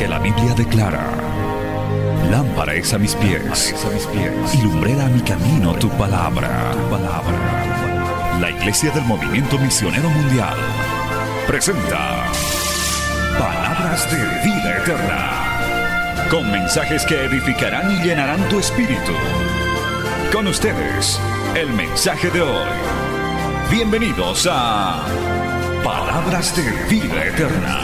Porque la Biblia declara: lámpara es a mis pies y lumbrera a mi camino tu palabra. La Iglesia del Movimiento Misionero Mundial presenta Palabras de Vida Eterna, con mensajes que edificarán y llenarán tu espíritu. Con ustedes, el mensaje de hoy. Bienvenidos a Palabras de Vida Eterna.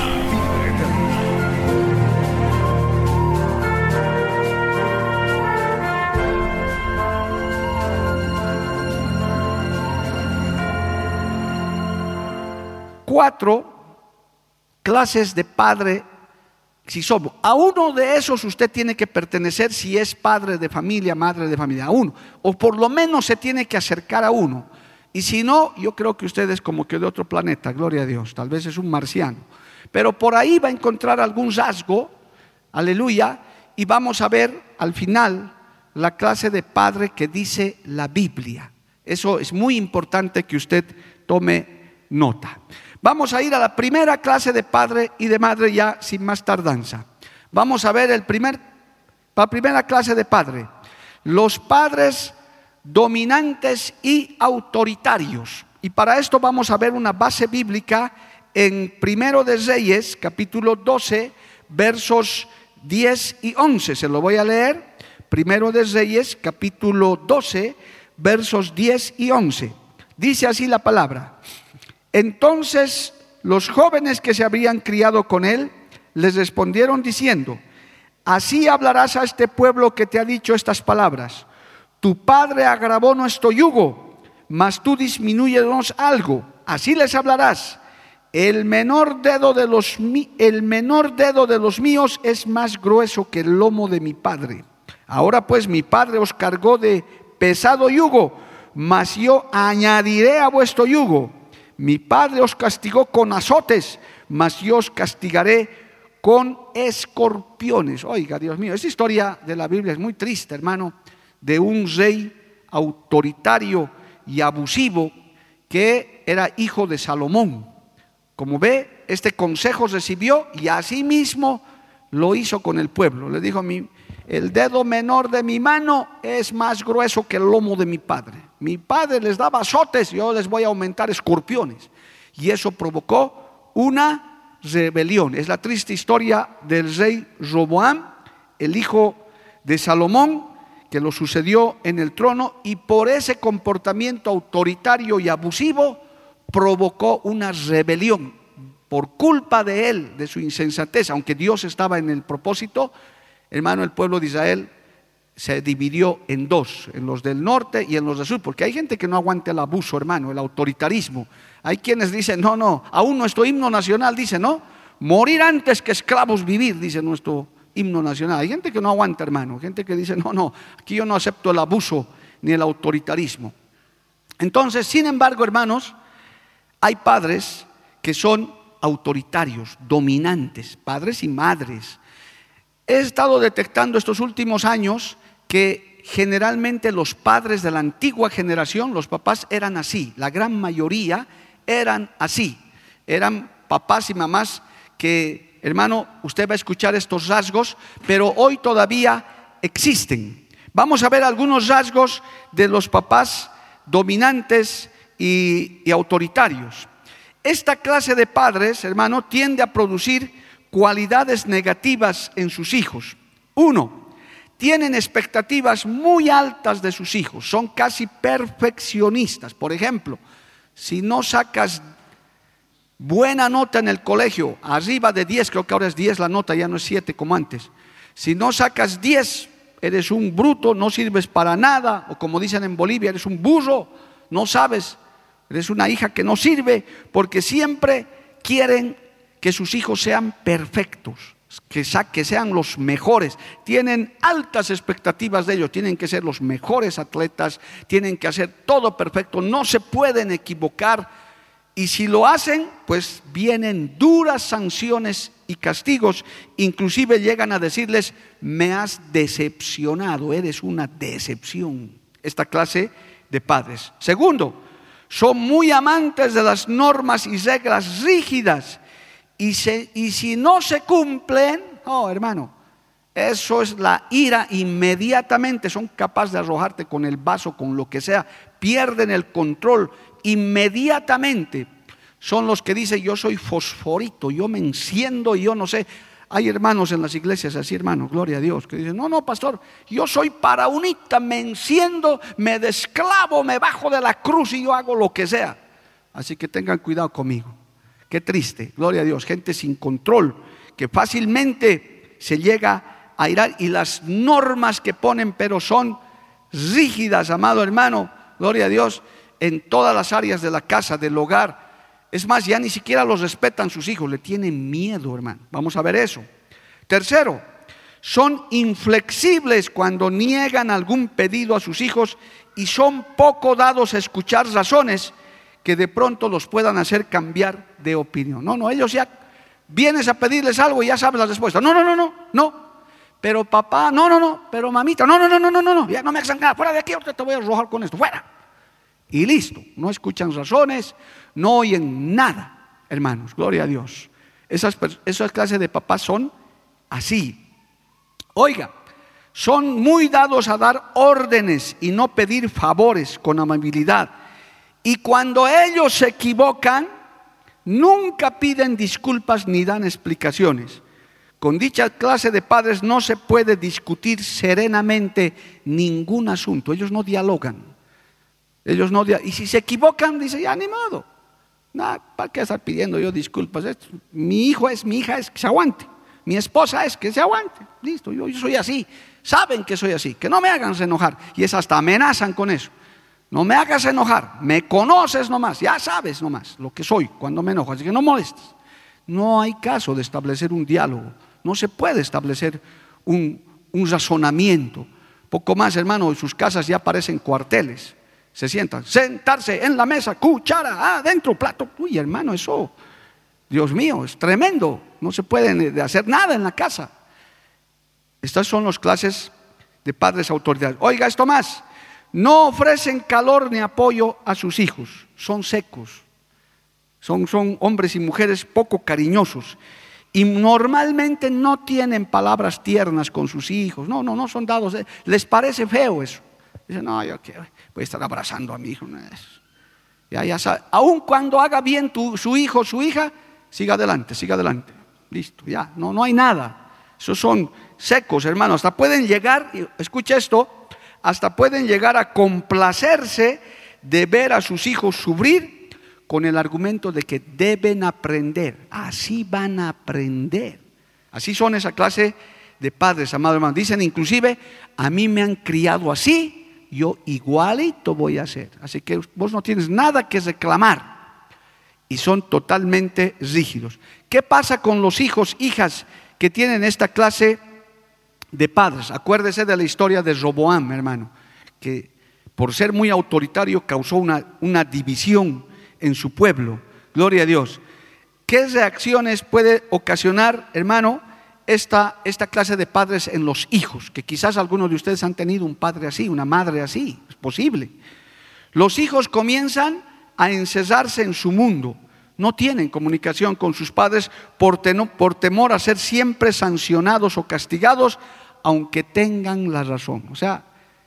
Cuatro clases de padre si somos. A uno de esos usted tiene que pertenecer si es padre de familia, madre de familia, a uno. O por lo menos se tiene que acercar a uno. Y si no, yo creo que usted es como que de otro planeta, gloria a Dios. Tal vez es un marciano. Pero por ahí va a encontrar algún rasgo, aleluya, y vamos a ver al final la clase de padre que dice la Biblia. Eso es muy importante que usted tome nota. Vamos a ir a la primera clase de padre y de madre ya sin más tardanza. Vamos a ver la primera clase de padre. Los padres dominantes y autoritarios. Y para esto vamos a ver una base bíblica en Primero de Reyes, capítulo 12, versos 10 y 11. Se lo voy a leer. Primero de Reyes, capítulo 12, versos 10 y 11. Dice así la palabra: entonces los jóvenes que se habían criado con él les respondieron diciendo: así hablarás a este pueblo que te ha dicho estas palabras. Tu padre agravó nuestro yugo, mas tú disminúyenos algo. Así les hablarás: el menor dedo de los míos es más grueso que el lomo de mi padre. Ahora pues mi padre os cargó de pesado yugo, mas yo añadiré a vuestro yugo. Mi padre os castigó con azotes, mas yo os castigaré con escorpiones. Oiga, Dios mío, esta historia de la Biblia es muy triste, hermano, de un rey autoritario y abusivo que era hijo de Salomón. Como ve, este consejo recibió y así mismo lo hizo con el pueblo. Le dijo: el dedo menor de mi mano es más grueso que el lomo de mi padre. Mi padre les daba azotes, yo les voy a aumentar escorpiones. Y eso provocó una rebelión. Es la triste historia del rey Roboam, el hijo de Salomón, que lo sucedió en el trono, y por ese comportamiento autoritario y abusivo provocó una rebelión. Por culpa de él, de su insensatez, aunque Dios estaba en el propósito, hermano, el pueblo de Israel se dividió en dos, en los del norte y en los del sur, porque hay gente que no aguanta el abuso, hermano, el autoritarismo. Hay quienes dicen: no, aún nuestro himno nacional dice, no, morir antes que esclavos vivir, dice nuestro himno nacional. Hay gente que no aguanta, hermano, gente que dice: no, aquí yo no acepto el abuso ni el autoritarismo. Entonces, sin embargo, hermanos, hay padres que son autoritarios, dominantes, padres y madres. He estado detectando estos últimos años que generalmente los padres de la antigua generación, los papás eran así, la gran mayoría eran así, eran papás y mamás que, hermano, usted va a escuchar estos rasgos, pero hoy todavía existen. Vamos a ver algunos rasgos de los papás dominantes y autoritarios. Esta clase de padres, hermano, tiende a producir cualidades negativas en sus hijos. Uno, tienen expectativas muy altas de sus hijos, son casi perfeccionistas. Por ejemplo, si no sacas buena nota en el colegio, arriba de 10, creo que ahora es 10 la nota, ya no es 7 como antes. Si no sacas 10, eres un bruto, no sirves para nada, o como dicen en Bolivia, eres un burro, no sabes, eres una hija que no sirve, porque siempre quieren que sus hijos sean perfectos, que sean los mejores. Tienen altas expectativas de ellos, tienen que ser los mejores atletas, tienen que hacer todo perfecto, no se pueden equivocar. Y si lo hacen, pues vienen duras sanciones y castigos. Inclusive llegan a decirles: me has decepcionado, eres una decepción. Esta clase de padres. Segundo, son muy amantes de las normas y reglas rígidas. Y si no se cumplen, Oh, hermano, eso es la ira. Inmediatamente son capaces de arrojarte con el vaso, con lo que sea. Pierden el control inmediatamente. Son los que dicen: yo soy fosforito, yo me enciendo y yo no sé. Hay hermanos en las iglesias así, hermano, gloria a Dios, que dicen: no, pastor, yo soy paraunita, me enciendo, me desclavo, me bajo de la cruz y yo hago lo que sea. Así que tengan cuidado conmigo. Qué triste, gloria a Dios, gente sin control, que fácilmente se llega a irar, y las normas que ponen, pero son rígidas, amado hermano, gloria a Dios, en todas las áreas de la casa, del hogar. Es más, ya ni siquiera los respetan sus hijos, le tienen miedo, hermano. Vamos a ver eso. Tercero, son inflexibles cuando niegan algún pedido a sus hijos y son poco dados a escuchar razones que de pronto los puedan hacer cambiar de opinión. No, ellos ya vienes a pedirles algo y ya sabes la respuesta. No. Pero papá, no, pero mamita, no, ya no me hagas nada, fuera de aquí, ahorita te voy a arrojar con esto, fuera. Y listo, no escuchan razones, no oyen nada, hermanos, gloria a Dios. Esas clases de papás son así. Oiga, son muy dados a dar órdenes y no pedir favores con amabilidad. Y cuando ellos se equivocan, nunca piden disculpas ni dan explicaciones. Con dicha clase de padres no se puede discutir serenamente ningún asunto. Ellos no dialogan. Y si se equivocan, dice: ya ni modo. ¿Para qué estar pidiendo yo disculpas? Mi hija es que se aguante. Mi esposa es que se aguante. Listo, yo soy así. Saben que soy así. Que no me hagan enojar. Y es hasta amenazan con eso. No me hagas enojar. Me conoces nomás. Ya sabes nomás lo que soy cuando me enojo. Así que no molestes. No hay caso de establecer un diálogo. No se puede establecer un razonamiento. Poco más, hermano, en sus casas ya parecen cuarteles. Se sientan, sentarse en la mesa, cuchara, adentro, plato. Uy, hermano, eso, Dios mío, es tremendo. No se puede hacer nada en la casa. Estas son las clases de padres autoridades. Oiga esto más: no ofrecen calor ni apoyo a sus hijos. Son secos. Son hombres y mujeres poco cariñosos. Y normalmente no tienen palabras tiernas con sus hijos. No son dados. Les parece feo eso. Dicen: no, yo voy a estar abrazando a mi hijo. Ya sabe. Aun cuando haga bien su hijo o su hija, siga adelante. Listo, ya, no hay nada. Esos son secos, hermanos. Hasta pueden llegar, escucha esto, hasta pueden llegar a complacerse de ver a sus hijos sufrir con el argumento de que deben aprender. Así van a aprender. Así son esa clase de padres, amados hermanos. Dicen inclusive: a mí me han criado así, yo igualito voy a hacer. Así que vos no tienes nada que reclamar. Y son totalmente rígidos. ¿Qué pasa con los hijos, hijas que tienen esta clase de padres? Acuérdese de la historia de Roboam, hermano, que por ser muy autoritario causó una división en su pueblo. Gloria a Dios. ¿Qué reacciones puede ocasionar, hermano, esta clase de padres en los hijos? Que quizás algunos de ustedes han tenido un padre así, una madre así, es posible. Los hijos comienzan a encerrarse en su mundo. No tienen comunicación con sus padres por temor a ser siempre sancionados o castigados, aunque tengan la razón. O sea,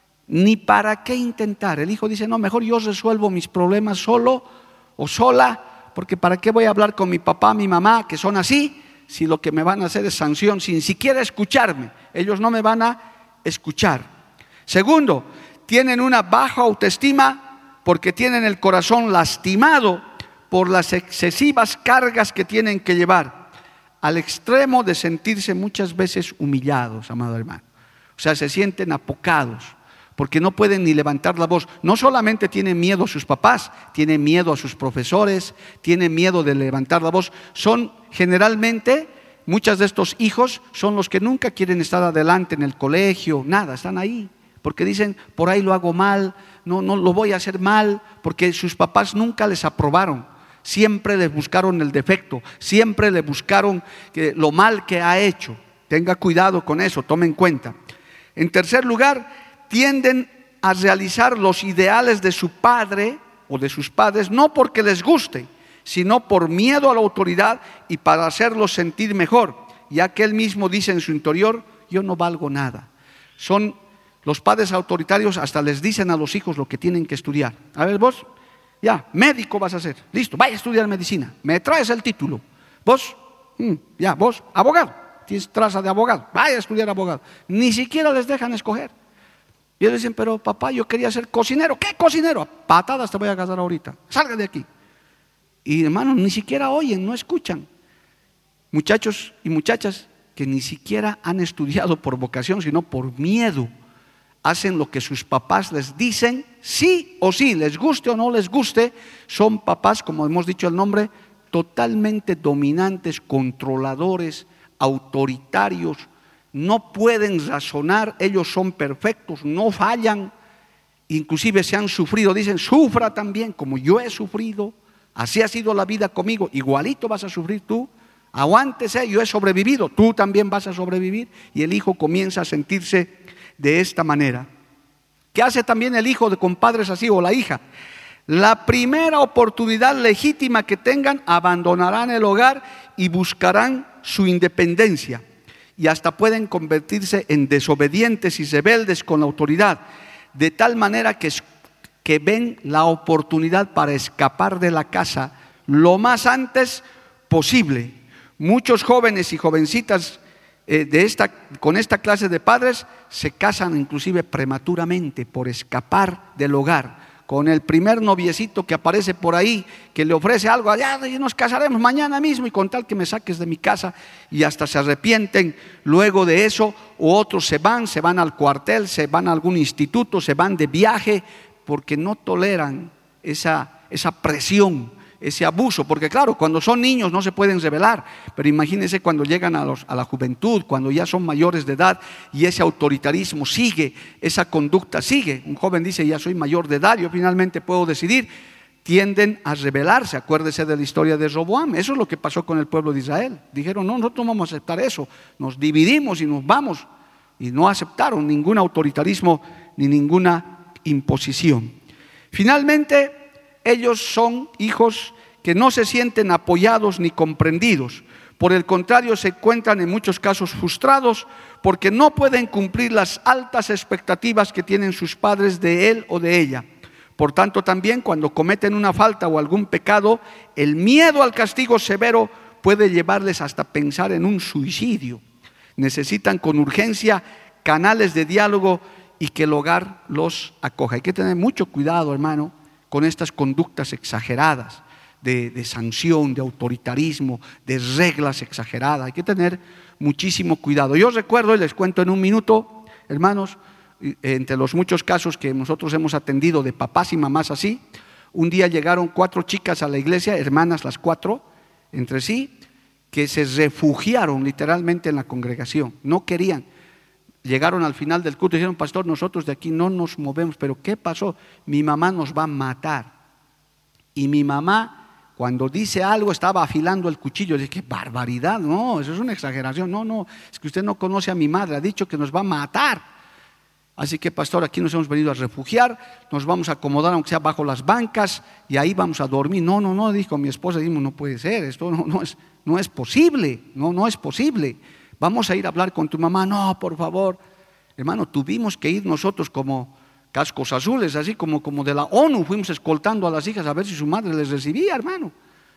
ni para qué intentar. El hijo dice: no, mejor yo resuelvo mis problemas solo o sola, porque para qué voy a hablar con mi papá, mi mamá, que son así, si lo que me van a hacer es sanción, sin siquiera escucharme. Ellos no me van a escuchar. Segundo, tienen una baja autoestima porque tienen el corazón lastimado por las excesivas cargas que tienen que llevar, al extremo de sentirse muchas veces humillados, amado hermano. O sea, se sienten apocados porque no pueden ni levantar la voz. No solamente tienen miedo a sus papás, tienen miedo a sus profesores, tienen miedo de levantar la voz. Son generalmente, muchos de estos hijos son los que nunca quieren estar adelante en el colegio, nada, están ahí porque dicen: por ahí lo hago mal, no lo voy a hacer mal, porque sus papás nunca les aprobaron. Siempre les buscaron el defecto, siempre le buscaron lo mal que ha hecho. Tenga cuidado con eso, tome en cuenta. En tercer lugar, tienden a realizar los ideales de su padre o de sus padres, no porque les guste, sino por miedo a la autoridad y para hacerlos sentir mejor. y aquel mismo dice en su interior: yo no valgo nada. Son los padres autoritarios, hasta les dicen a los hijos lo que tienen que estudiar. A ver, vos, ya, médico vas a ser, listo, vaya a estudiar medicina, me traes el título. Vos, ya, vos, abogado, tienes traza de abogado, vaya a estudiar abogado. Ni siquiera les dejan escoger. Y ellos dicen: pero papá, yo quería ser cocinero. ¿Qué cocinero? A patadas te voy a casar ahorita, salga de aquí. Y hermanos, ni siquiera oyen, no escuchan. Muchachos y muchachas que ni siquiera han estudiado por vocación, sino por miedo, hacen lo que sus papás les dicen, sí o sí, les guste o no les guste. Son papás, como hemos dicho el nombre, totalmente dominantes, controladores, autoritarios. No pueden razonar, ellos son perfectos, no fallan. Inclusive se han sufrido, dicen: sufra también como yo he sufrido. Así ha sido la vida conmigo, igualito vas a sufrir tú. Aguántese, yo he sobrevivido, tú también vas a sobrevivir. Y el hijo comienza a sentirse de esta manera. ¿Qué hace también el hijo con padres así, o la hija? La primera oportunidad legítima que tengan, abandonarán el hogar y buscarán su independencia. Y hasta pueden convertirse en desobedientes y rebeldes con la autoridad, de tal manera que ven la oportunidad para escapar de la casa lo más antes posible. Muchos jóvenes y jovencitas con esta clase de padres se casan inclusive prematuramente por escapar del hogar. Con el primer noviecito que aparece por ahí, que le ofrece algo: allá nos casaremos mañana mismo, y con tal que me saques de mi casa. Y hasta se arrepienten luego de eso. O otros se van al cuartel, se van a algún instituto, se van de viaje, porque no toleran esa presión, ese abuso. Porque claro, cuando son niños no se pueden rebelar, pero imagínense cuando llegan a la juventud, cuando ya son mayores de edad, y ese autoritarismo sigue, esa conducta sigue. Un joven dice: ya soy mayor de edad, yo finalmente puedo decidir. Tienden a rebelarse. Acuérdese de la historia de Roboam. Eso es lo que pasó con el pueblo de Israel. Dijeron: no, nosotros no vamos a aceptar eso, nos dividimos y nos vamos. Y no aceptaron ningún autoritarismo ni ninguna imposición. Finalmente, ellos son hijos que no se sienten apoyados ni comprendidos. Por el contrario, se encuentran en muchos casos frustrados porque no pueden cumplir las altas expectativas que tienen sus padres de él o de ella. Por tanto, también cuando cometen una falta o algún pecado, el miedo al castigo severo puede llevarles hasta pensar en un suicidio. Necesitan con urgencia canales de diálogo y que el hogar los acoja. Hay que tener mucho cuidado, hermano, con estas conductas exageradas de sanción, de autoritarismo, de reglas exageradas. Hay que tener muchísimo cuidado. Yo recuerdo, y les cuento en un minuto, hermanos, entre los muchos casos que nosotros hemos atendido de papás y mamás así, un día llegaron 4 chicas a la iglesia, hermanas las 4, entre sí, que se refugiaron literalmente en la congregación. No querían. Llegaron al final del culto y dijeron: pastor, nosotros de aquí no nos movemos. ¿Pero qué pasó? Mi mamá nos va a matar. Y mi mamá, cuando dice algo, estaba afilando el cuchillo. Dije: qué barbaridad, no, eso es una exageración. No, es que usted no conoce a mi madre, ha dicho que nos va a matar. Así que, pastor, aquí nos hemos venido a refugiar, nos vamos a acomodar aunque sea bajo las bancas y ahí vamos a dormir. No, dijo mi esposa, dijimos: no puede ser, esto no es posible, no es posible. Vamos a ir a hablar con tu mamá. No, por favor. Hermano, tuvimos que ir nosotros como cascos azules, así como de la ONU, fuimos escoltando a las hijas a ver si su madre les recibía, hermano.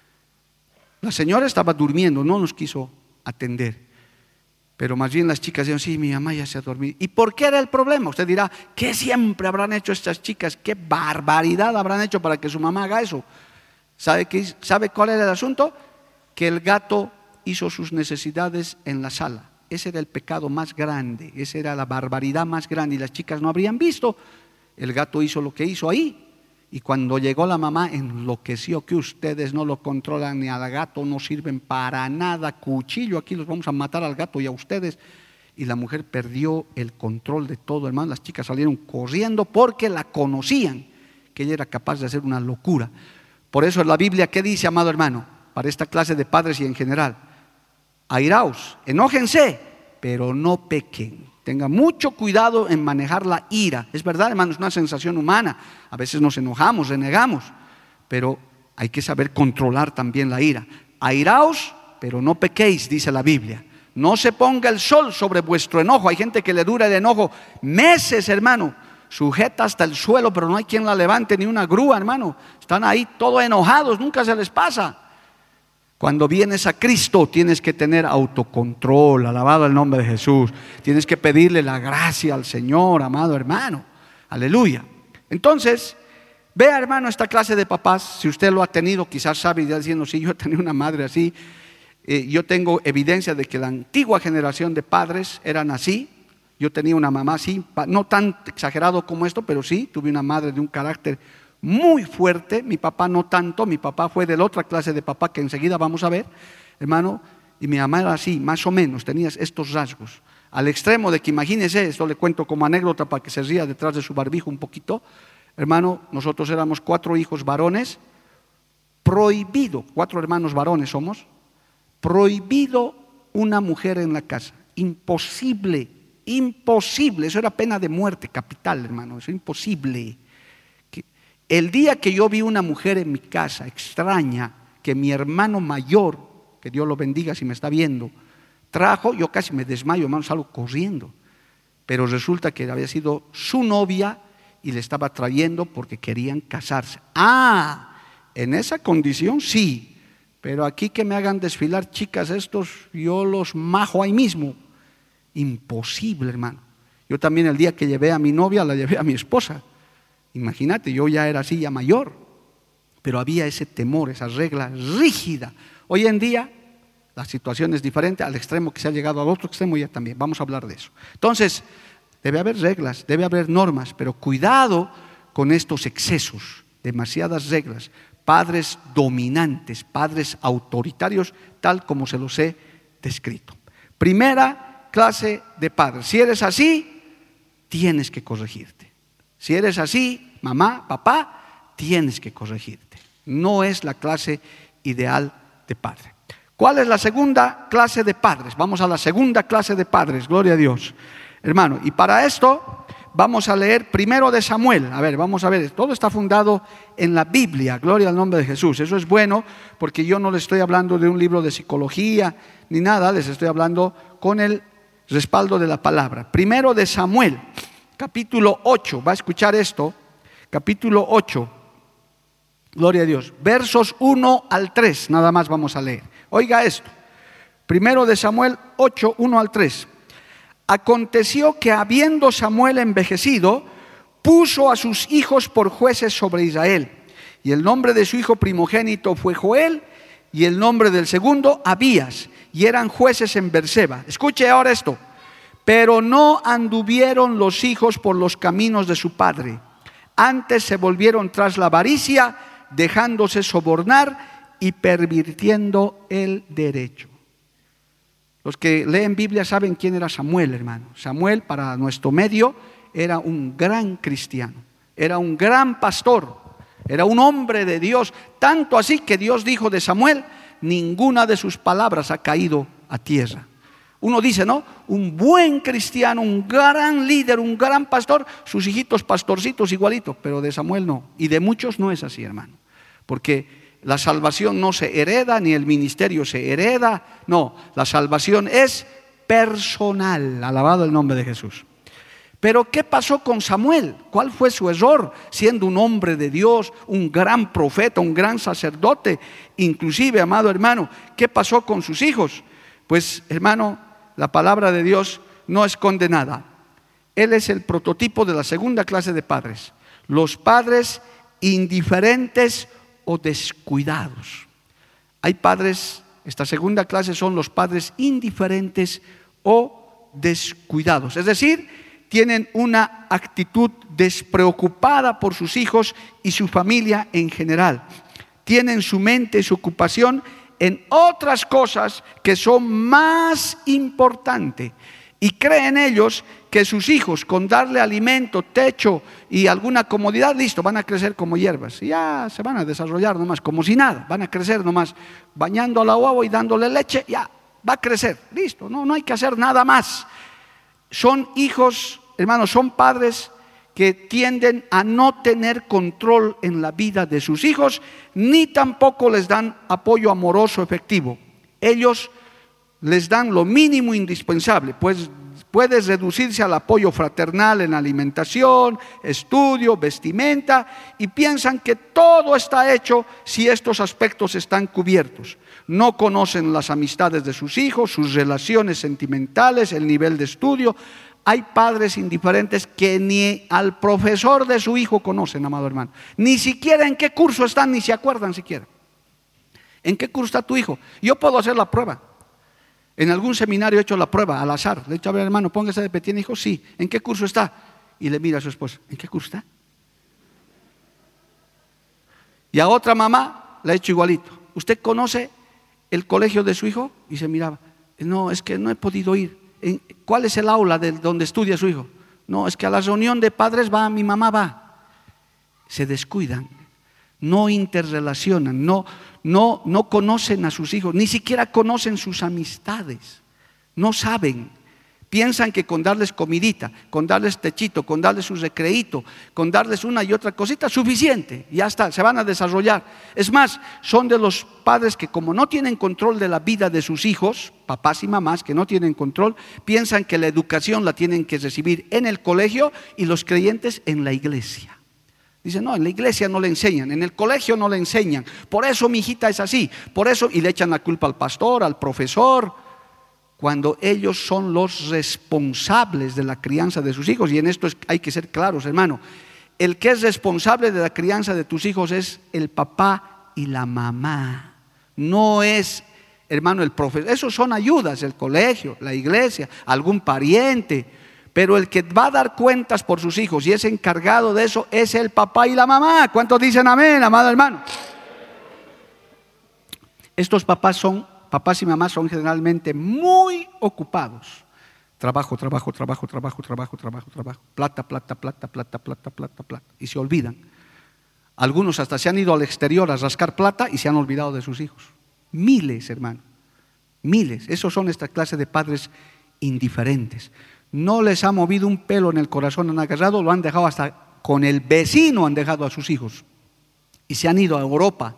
La señora estaba durmiendo, no nos quiso atender. Pero más bien las chicas dijeron: sí, mi mamá ya se ha dormido. ¿Y por qué era el problema? Usted dirá: ¿qué siempre habrán hecho estas chicas? ¿Qué barbaridad habrán hecho para que su mamá haga eso? ¿Sabe cuál era el asunto? Que el gato hizo sus necesidades en la sala. Ese era el pecado más grande, esa era la barbaridad más grande, y las chicas no habrían visto. El gato hizo lo que hizo ahí, y cuando llegó la mamá enloqueció: que ustedes no lo controlan, ni al gato no sirven para nada, cuchillo, aquí los vamos a matar al gato y a ustedes. Y la mujer perdió el control de todo, hermano. Las chicas salieron corriendo porque la conocían, que ella era capaz de hacer una locura. Por eso en la Biblia, ¿qué dice, amado hermano? Para esta clase de padres y en general: airaos, enójense, pero no pequen. Tenga mucho cuidado en manejar la ira. Es verdad, hermano, es una sensación humana. A veces nos enojamos, renegamos, pero hay que saber controlar también la ira. Airaos, pero no pequéis, dice la Biblia. No se ponga el sol sobre vuestro enojo. Hay gente que le dura el enojo meses, hermano. Sujeta hasta el suelo, pero no hay quien la levante, ni una grúa, hermano. Están ahí todos enojados, nunca se les pasa. Cuando vienes a Cristo tienes que tener autocontrol, alabado el nombre de Jesús. Tienes que pedirle la gracia al Señor, amado hermano. Aleluya. Entonces, vea, hermano, esta clase de papás. Si usted lo ha tenido, quizás sabe y está diciendo, sí, yo he tenido una madre así. Yo tengo evidencia de que la antigua generación de padres eran así. Yo tenía una mamá así, no tan exagerado como esto, pero sí, tuve una madre de un carácter muy fuerte. Mi papá no tanto, mi papá fue de la otra clase de papá que enseguida vamos a ver, hermano. Y mi mamá era así, más o menos, tenía estos rasgos. Al extremo de que, imagínese, esto le cuento como anécdota para que se ría detrás de su barbijo un poquito. Hermano, nosotros éramos 4 hijos varones, prohibido, 4 hermanos varones somos, prohibido una mujer en la casa, imposible, imposible, eso era pena de muerte capital, hermano, eso es imposible. El día que yo vi una mujer en mi casa extraña, que mi hermano mayor, que Dios lo bendiga si me está viendo, trajo, yo casi me desmayo, hermano, salgo corriendo, pero resulta que había sido su novia y le estaba trayendo porque querían casarse. En esa condición sí. Pero aquí que me hagan desfilar chicas estos, yo los majo ahí mismo. Imposible, hermano. Yo también el día que llevé a mi novia, la llevé a mi esposa. Imagínate, yo ya era así, ya mayor. Pero había ese temor, esa regla rígida. Hoy en día, la situación es diferente, al extremo que se ha llegado al otro extremo ya también. Vamos a hablar de eso. Entonces, debe haber reglas, debe haber normas, pero cuidado con estos excesos, demasiadas reglas. Padres dominantes, padres autoritarios, tal como se los he descrito. Primera clase de padres. Si eres así, tienes que corregirte. Si eres así, mamá, papá, tienes que corregirte. No es la clase ideal de padre. ¿Cuál es la segunda clase de padres? Vamos a la segunda clase de padres, gloria a Dios. Hermano, y para esto vamos a leer primero de Samuel. A ver, vamos a ver, todo está fundado en la Biblia, gloria al nombre de Jesús. Eso es bueno porque yo no les estoy hablando de un libro de psicología ni nada, les estoy hablando con el respaldo de la palabra. Primero de Samuel, capítulo 8, va a escuchar esto, capítulo 8, gloria a Dios, versos 1 al 3, nada más vamos a leer. Oiga esto, primero de Samuel 8, 1 al 3. Aconteció que habiendo Samuel envejecido, puso a sus hijos por jueces sobre Israel. Y el nombre de su hijo primogénito fue Joel, y el nombre del segundo Abías, y eran jueces en Berseba. Escuche ahora esto. Pero no anduvieron los hijos por los caminos de su padre, antes se volvieron tras la avaricia, dejándose sobornar y pervirtiendo el derecho. Los que leen Biblia saben quién era Samuel, hermano. Samuel, para nuestro medio, era un gran cristiano, era un gran pastor, era un hombre de Dios, tanto así que Dios dijo de Samuel, ninguna de sus palabras ha caído a tierra. Uno dice, ¿no? Un buen cristiano, un gran líder, un gran pastor, sus hijitos pastorcitos igualitos, pero de Samuel no. Y de muchos no es así, hermano, porque la salvación no se hereda, ni el ministerio se hereda. No, la salvación es personal. Alabado el nombre de Jesús. Pero ¿qué pasó con Samuel? ¿Cuál fue su error? Siendo un hombre de Dios, un gran profeta, un gran sacerdote. Inclusive, amado hermano, ¿qué pasó con sus hijos? Pues, hermano, la palabra de Dios no esconde nada. Él es el prototipo de la segunda clase de padres. Los padres indiferentes o descuidados. Hay padres, esta segunda clase son los padres indiferentes o descuidados. Es decir, tienen una actitud despreocupada por sus hijos y su familia en general. Tienen su mente y su ocupación en otras cosas que son más importantes. Y creen ellos que sus hijos, con darle alimento, techo y alguna comodidad, listo, van a crecer como hierbas. Y ya se van a desarrollar nomás, como si nada. Van a crecer nomás, bañando a la guagua y dándole leche, ya va a crecer. Listo, no hay que hacer nada más. Son hijos, hermanos, son padres que tienden a no tener control en la vida de sus hijos, ni tampoco les dan apoyo amoroso efectivo. Ellos les dan lo mínimo indispensable, pues puede reducirse al apoyo fraternal en alimentación, estudio, vestimenta, y piensan que todo está hecho si estos aspectos están cubiertos. No conocen las amistades de sus hijos, sus relaciones sentimentales, el nivel de estudio. Hay padres indiferentes que ni al profesor de su hijo conocen, amado hermano. Ni siquiera en qué curso están, ni se acuerdan siquiera. ¿En qué curso está tu hijo? Yo puedo hacer la prueba. En algún seminario he hecho la prueba al azar. Le he dicho, a ver, hermano, póngase de pie. ¿Tiene hijo? Sí. ¿En qué curso está? Y le mira a su esposa, ¿en qué curso está? Y a otra mamá le he hecho igualito. ¿Usted conoce el colegio de su hijo? Y se miraba, no, es que no he podido ir. ¿Cuál es el aula donde estudia su hijo? No, es que a la reunión de padres va, mi mamá va. Se descuidan, no interrelacionan, no conocen a sus hijos, ni siquiera conocen sus amistades, no saben. Piensan que con darles comidita, con darles techito, con darles un recreíto, con darles una y otra cosita, suficiente, ya está, se van a desarrollar. Es más, son de los padres que como no tienen control de la vida de sus hijos, papás y mamás que no tienen control, piensan que la educación la tienen que recibir en el colegio y los creyentes en la iglesia. Dicen, no, en la iglesia no le enseñan, en el colegio no le enseñan, por eso mi hijita es así, por eso, y le echan la culpa al pastor, al profesor, cuando ellos son los responsables de la crianza de sus hijos. Y en esto hay que ser claros, hermano. El que es responsable de la crianza de tus hijos es el papá y la mamá. No es, hermano, el profesor. Esos son ayudas, el colegio, la iglesia, algún pariente. Pero el que va a dar cuentas por sus hijos y es encargado de eso es el papá y la mamá. ¿Cuántos dicen amén, amado hermano? Estos papás y mamás son generalmente muy ocupados. Trabajo. Plata. Y se olvidan. Algunos hasta se han ido al exterior a rascar plata y se han olvidado de sus hijos. Miles, hermano. Miles. Esos son esta clase de padres indiferentes. No les ha movido un pelo en el corazón, han agarrado, lo han dejado hasta con el vecino, han dejado a sus hijos. Y se han ido a Europa.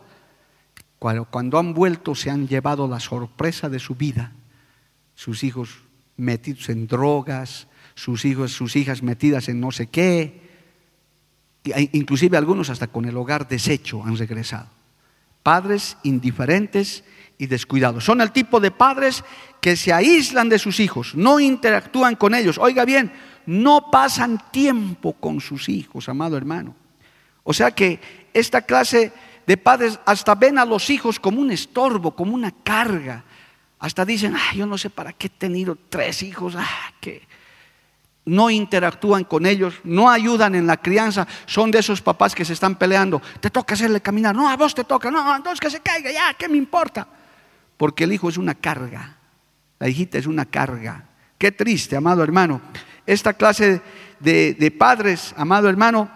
Cuando han vuelto se han llevado la sorpresa de su vida. Sus hijos metidos en drogas, sus hijas metidas en no sé qué, inclusive algunos hasta con el hogar deshecho han regresado. Padres indiferentes y descuidados. Son el tipo de padres que se aíslan de sus hijos, no interactúan con ellos. Oiga bien, no pasan tiempo con sus hijos, amado hermano. O sea que esta clase de padres hasta ven a los hijos como un estorbo, como una carga. Hasta dicen, yo no sé para qué he tenido 3 hijos, que no interactúan con ellos, no ayudan en la crianza. Son de esos papás que se están peleando. Te toca hacerle caminar, no, a vos te toca, no, entonces que se caiga, ya, ¿qué me importa? Porque el hijo es una carga, la hijita es una carga. Qué triste, amado hermano. Esta clase de padres, amado hermano,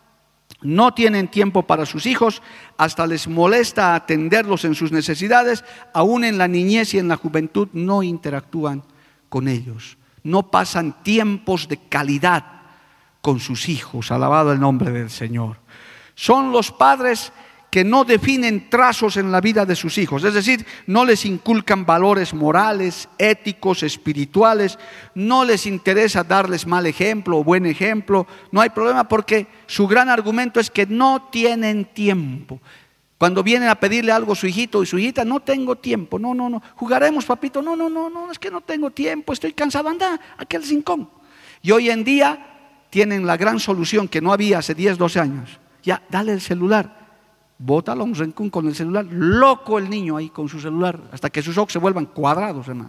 no tienen tiempo para sus hijos, hasta les molesta atenderlos en sus necesidades, aún en la niñez y en la juventud no interactúan con ellos, no pasan tiempos de calidad con sus hijos, alabado el nombre del Señor. Son los padres que no definen trazos en la vida de sus hijos, es decir, no les inculcan valores morales, éticos, espirituales, no les interesa darles mal ejemplo o buen ejemplo, no hay problema porque su gran argumento es que no tienen tiempo. Cuando vienen a pedirle algo a su hijito y su hijita, no tengo tiempo, no, jugaremos papito, no, es que no tengo tiempo, estoy cansado, anda, aquel rincón. Y hoy en día tienen la gran solución que no había hace 10, 12 años, ya, dale el celular. Bótalo a un rincón con el celular, loco el niño ahí con su celular, hasta que sus ojos se vuelvan cuadrados, hermano.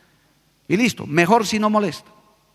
Y listo, mejor si no molesta.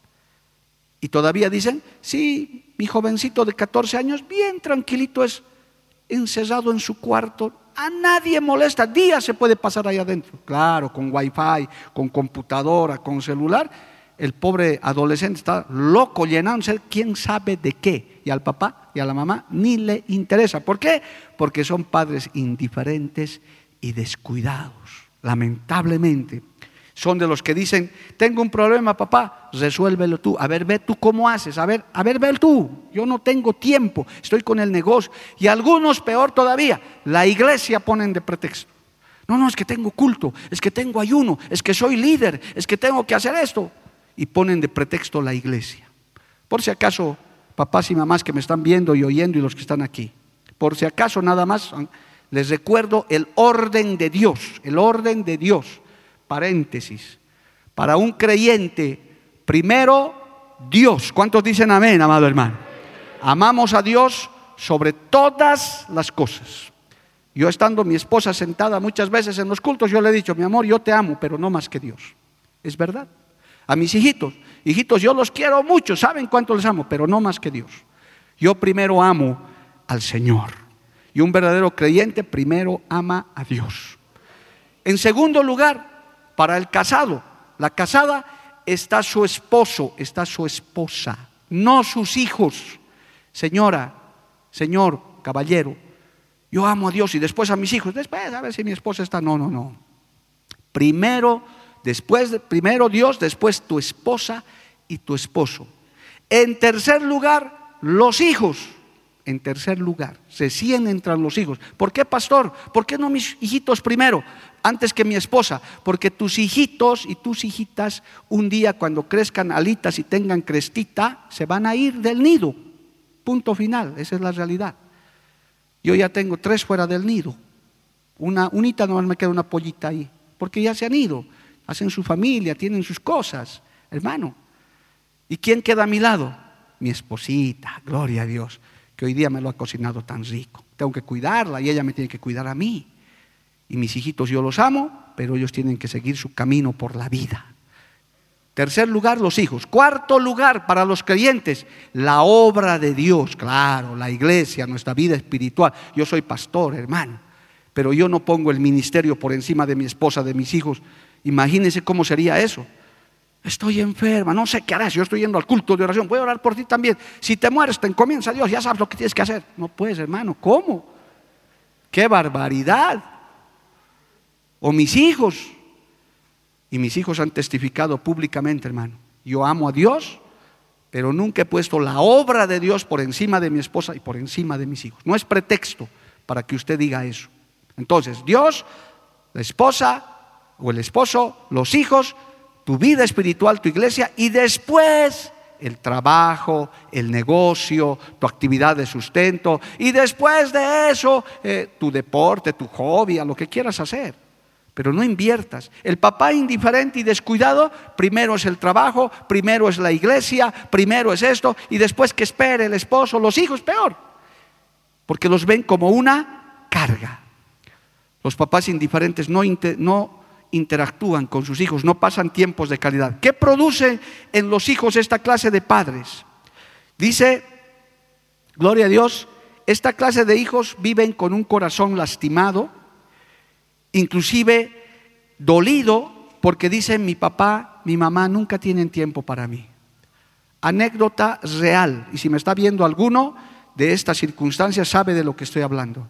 Y todavía dicen, sí, mi jovencito de 14 años, bien tranquilito es, encerrado en su cuarto, a nadie molesta, días se puede pasar ahí adentro. Claro, con wifi, con computadora, con celular. El pobre adolescente está loco, llenándose, quién sabe de qué. Y al papá y a la mamá ni le interesa. ¿Por qué? Porque son padres indiferentes y descuidados. Lamentablemente. Son de los que dicen, tengo un problema papá, resuélvelo tú. A ver, ve tú cómo haces. A ver, ve tú. Yo no tengo tiempo, estoy con el negocio. Y algunos peor todavía, la iglesia ponen de pretexto. No, es que tengo culto, es que tengo ayuno, es que soy líder, es que tengo que hacer esto. Y ponen de pretexto la iglesia. Por si acaso, papás y mamás que me están viendo y oyendo y los que están aquí, por si acaso nada más, les recuerdo el orden de Dios, el orden de Dios. Paréntesis, para un creyente, primero Dios. ¿Cuántos dicen amén, amado hermano? Amamos a Dios sobre todas las cosas. Yo estando mi esposa sentada muchas veces en los cultos, yo le he dicho, mi amor, yo te amo, pero no más que Dios. Es verdad. A mis hijitos, yo los quiero mucho, saben cuánto les amo, pero no más que Dios. Yo primero amo al Señor. Y un verdadero creyente primero ama a Dios. En segundo lugar, para el casado, la casada, está su esposo, está su esposa, no sus hijos. Señora, señor, caballero, yo amo a Dios y después a mis hijos, después a ver si mi esposa está. No. Primero Dios, después tu esposa y tu esposo. En tercer lugar, los hijos. En tercer lugar, recién entran los hijos. ¿Por qué, pastor? ¿Por qué no mis hijitos primero, antes que mi esposa? Porque tus hijitos y tus hijitas, un día cuando crezcan alitas y tengan crestita, se van a ir del nido. Punto final, esa es la realidad. Yo ya tengo 3 fuera del nido. Unita nomás me queda una pollita ahí, porque ya se han ido, hacen su familia, tienen sus cosas, hermano. ¿Y quién queda a mi lado? Mi esposita, gloria a Dios, que hoy día me lo ha cocinado tan rico. Tengo que cuidarla y ella me tiene que cuidar a mí. Y mis hijitos yo los amo, pero ellos tienen que seguir su camino por la vida. Tercer lugar, los hijos. Cuarto lugar, para los creyentes, la obra de Dios. Claro, la iglesia, nuestra vida espiritual. Yo soy pastor, hermano, pero yo no pongo el ministerio por encima de mi esposa, de mis hijos. Imagínense cómo sería eso. Estoy enferma, no sé qué harás. Yo estoy yendo al culto de oración, voy a orar por ti también. Si te mueres, te encomiendas a Dios, ya sabes lo que tienes que hacer. No puedes, hermano, ¿cómo? ¡Qué barbaridad! O mis hijos. Y mis hijos han testificado públicamente, hermano. Yo amo a Dios, pero nunca he puesto la obra de Dios por encima de mi esposa y por encima de mis hijos. No es pretexto para que usted diga eso. Entonces, Dios, la esposa o el esposo, los hijos, tu vida espiritual, tu iglesia, y después el trabajo, el negocio, tu actividad de sustento, y después de eso tu deporte, tu hobby, a lo que quieras hacer. Pero no inviertas. El papá indiferente y descuidado, primero es el trabajo, primero es la iglesia, primero es esto, y después que espere el esposo, los hijos, peor, porque los ven como una carga. Los papás indiferentes no interactúan con sus hijos, no pasan tiempos de calidad. ¿Qué produce en los hijos esta clase de padres? Dice, gloria a Dios, esta clase de hijos viven con un corazón lastimado, inclusive dolido, porque dicen, mi papá, mi mamá nunca tienen tiempo para mí. Anécdota real, y si me está viendo alguno de estas circunstancias sabe de lo que estoy hablando.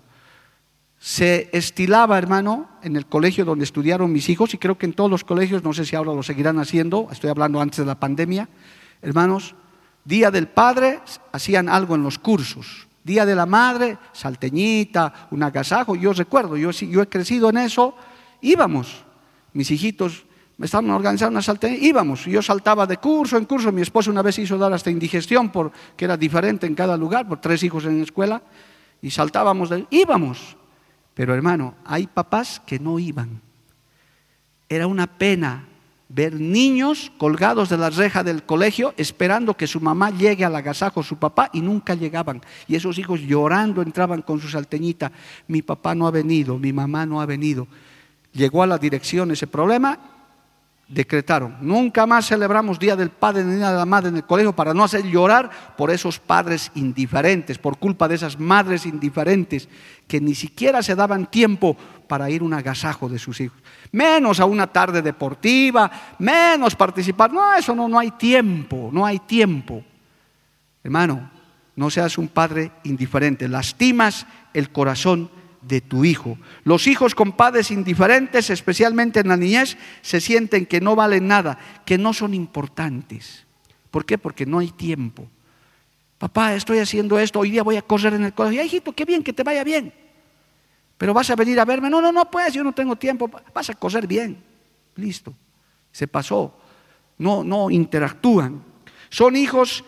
Se estilaba, hermano, en el colegio donde estudiaron mis hijos, y creo que en todos los colegios, no sé si ahora lo seguirán haciendo, estoy hablando antes de la pandemia, hermanos, Día del Padre, hacían algo en los cursos. Día de la Madre, salteñita, un agasajo. Yo recuerdo, yo he crecido en eso. Íbamos, mis hijitos me estaban organizando una salteñita, íbamos. Yo saltaba de curso en curso. Mi esposa una vez hizo dar hasta indigestión, porque era diferente en cada lugar, por 3 hijos en la escuela, y saltábamos, íbamos. Pero hermano, hay papás que no iban. Era una pena ver niños colgados de la reja del colegio esperando que su mamá llegue al agasajo, su papá, y nunca llegaban. Y esos hijos llorando entraban con su salteñita. Mi papá no ha venido, mi mamá no ha venido. Llegó a la dirección ese problema, decretaron, nunca más celebramos Día del Padre ni Día de la Madre en el colegio, para no hacer llorar por esos padres indiferentes, por culpa de esas madres indiferentes que ni siquiera se daban tiempo para ir a un agasajo de sus hijos, menos a una tarde deportiva, menos participar. No, eso no hay tiempo, no hay tiempo. Hermano, no seas un padre indiferente, lastimas el corazón de tu hijo. Los hijos con padres indiferentes, especialmente en la niñez, se sienten que no valen nada, que no son importantes. ¿Por qué? Porque no hay tiempo. Papá, estoy haciendo esto, hoy día voy a correr en el colegio. Hijito, qué bien, que te vaya bien. pero vas a venir a verme. No, pues yo no tengo tiempo. Vas a coser bien. Listo. Se pasó. No interactúan. Son hijos,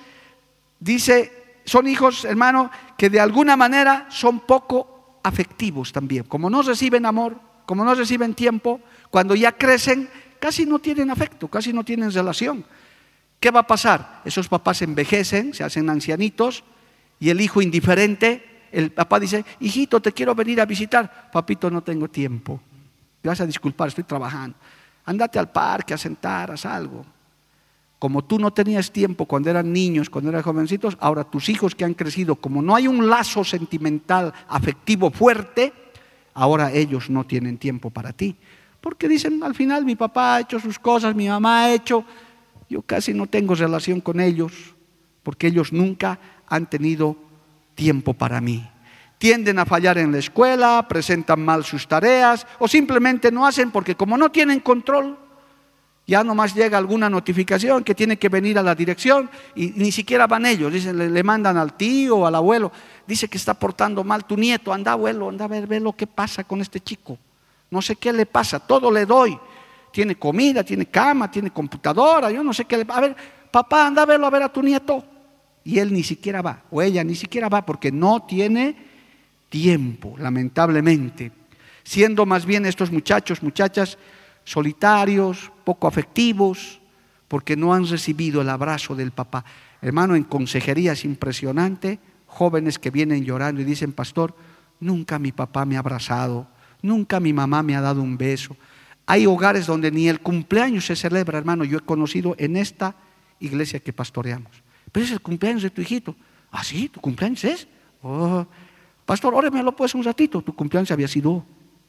hermano, que de alguna manera son poco afectivos también. Como no reciben amor, como no reciben tiempo, cuando ya crecen, casi no tienen afecto, casi no tienen relación. ¿Qué va a pasar? Esos papás envejecen, se hacen ancianitos, y el hijo indiferente, el papá dice: hijito, te quiero venir a visitar. Papito, no tengo tiempo. Me vas a disculpar, estoy trabajando. Ándate al parque a sentar, haz algo. Como tú no tenías tiempo cuando eran niños, cuando eran jovencitos, ahora tus hijos que han crecido, como no hay un lazo sentimental, afectivo fuerte, ahora ellos no tienen tiempo para ti. Porque dicen, al final mi papá ha hecho sus cosas, mi mamá ha hecho, yo casi no tengo relación con ellos, porque ellos nunca han tenido tiempo para mí. Tienden a fallar en la escuela, presentan mal sus tareas, o simplemente no hacen porque como no tienen control, ya nomás llega alguna notificación que tiene que venir a la dirección y ni siquiera van ellos. Dicen, le mandan al tío o al abuelo, dice que está portando mal tu nieto, anda abuelo, anda a ver lo que pasa con este chico. No sé qué le pasa, todo le doy. Tiene comida, tiene cama, tiene computadora, yo no sé qué le pasa. A ver, papá, anda a verlo, a ver a tu nieto. Y él ni siquiera va, o ella ni siquiera va, porque no tiene tiempo, lamentablemente. Siendo más bien estos muchachos, muchachas, solitarios, poco afectivos, porque no han recibido el abrazo del papá. Hermano, en consejería es impresionante, jóvenes que vienen llorando y dicen: pastor, nunca mi papá me ha abrazado, nunca mi mamá me ha dado un beso. Hay hogares donde ni el cumpleaños se celebra, hermano. Yo he conocido en esta iglesia que pastoreamos. Pero es el cumpleaños de tu hijito. ¿Ah, sí? ¿Tu cumpleaños es? Oh, pastor, óремelo pues un ratito. Tu cumpleaños había sido.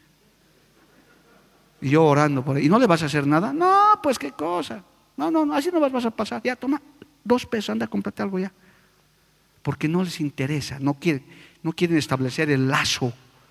Y yo orando por ahí. ¿Y no le vas a hacer nada? No, pues qué cosa. No, así no vas a pasar. Ya, toma 2 pesos, anda, cómprate algo ya. Porque no les interesa, no quieren establecer el lazo.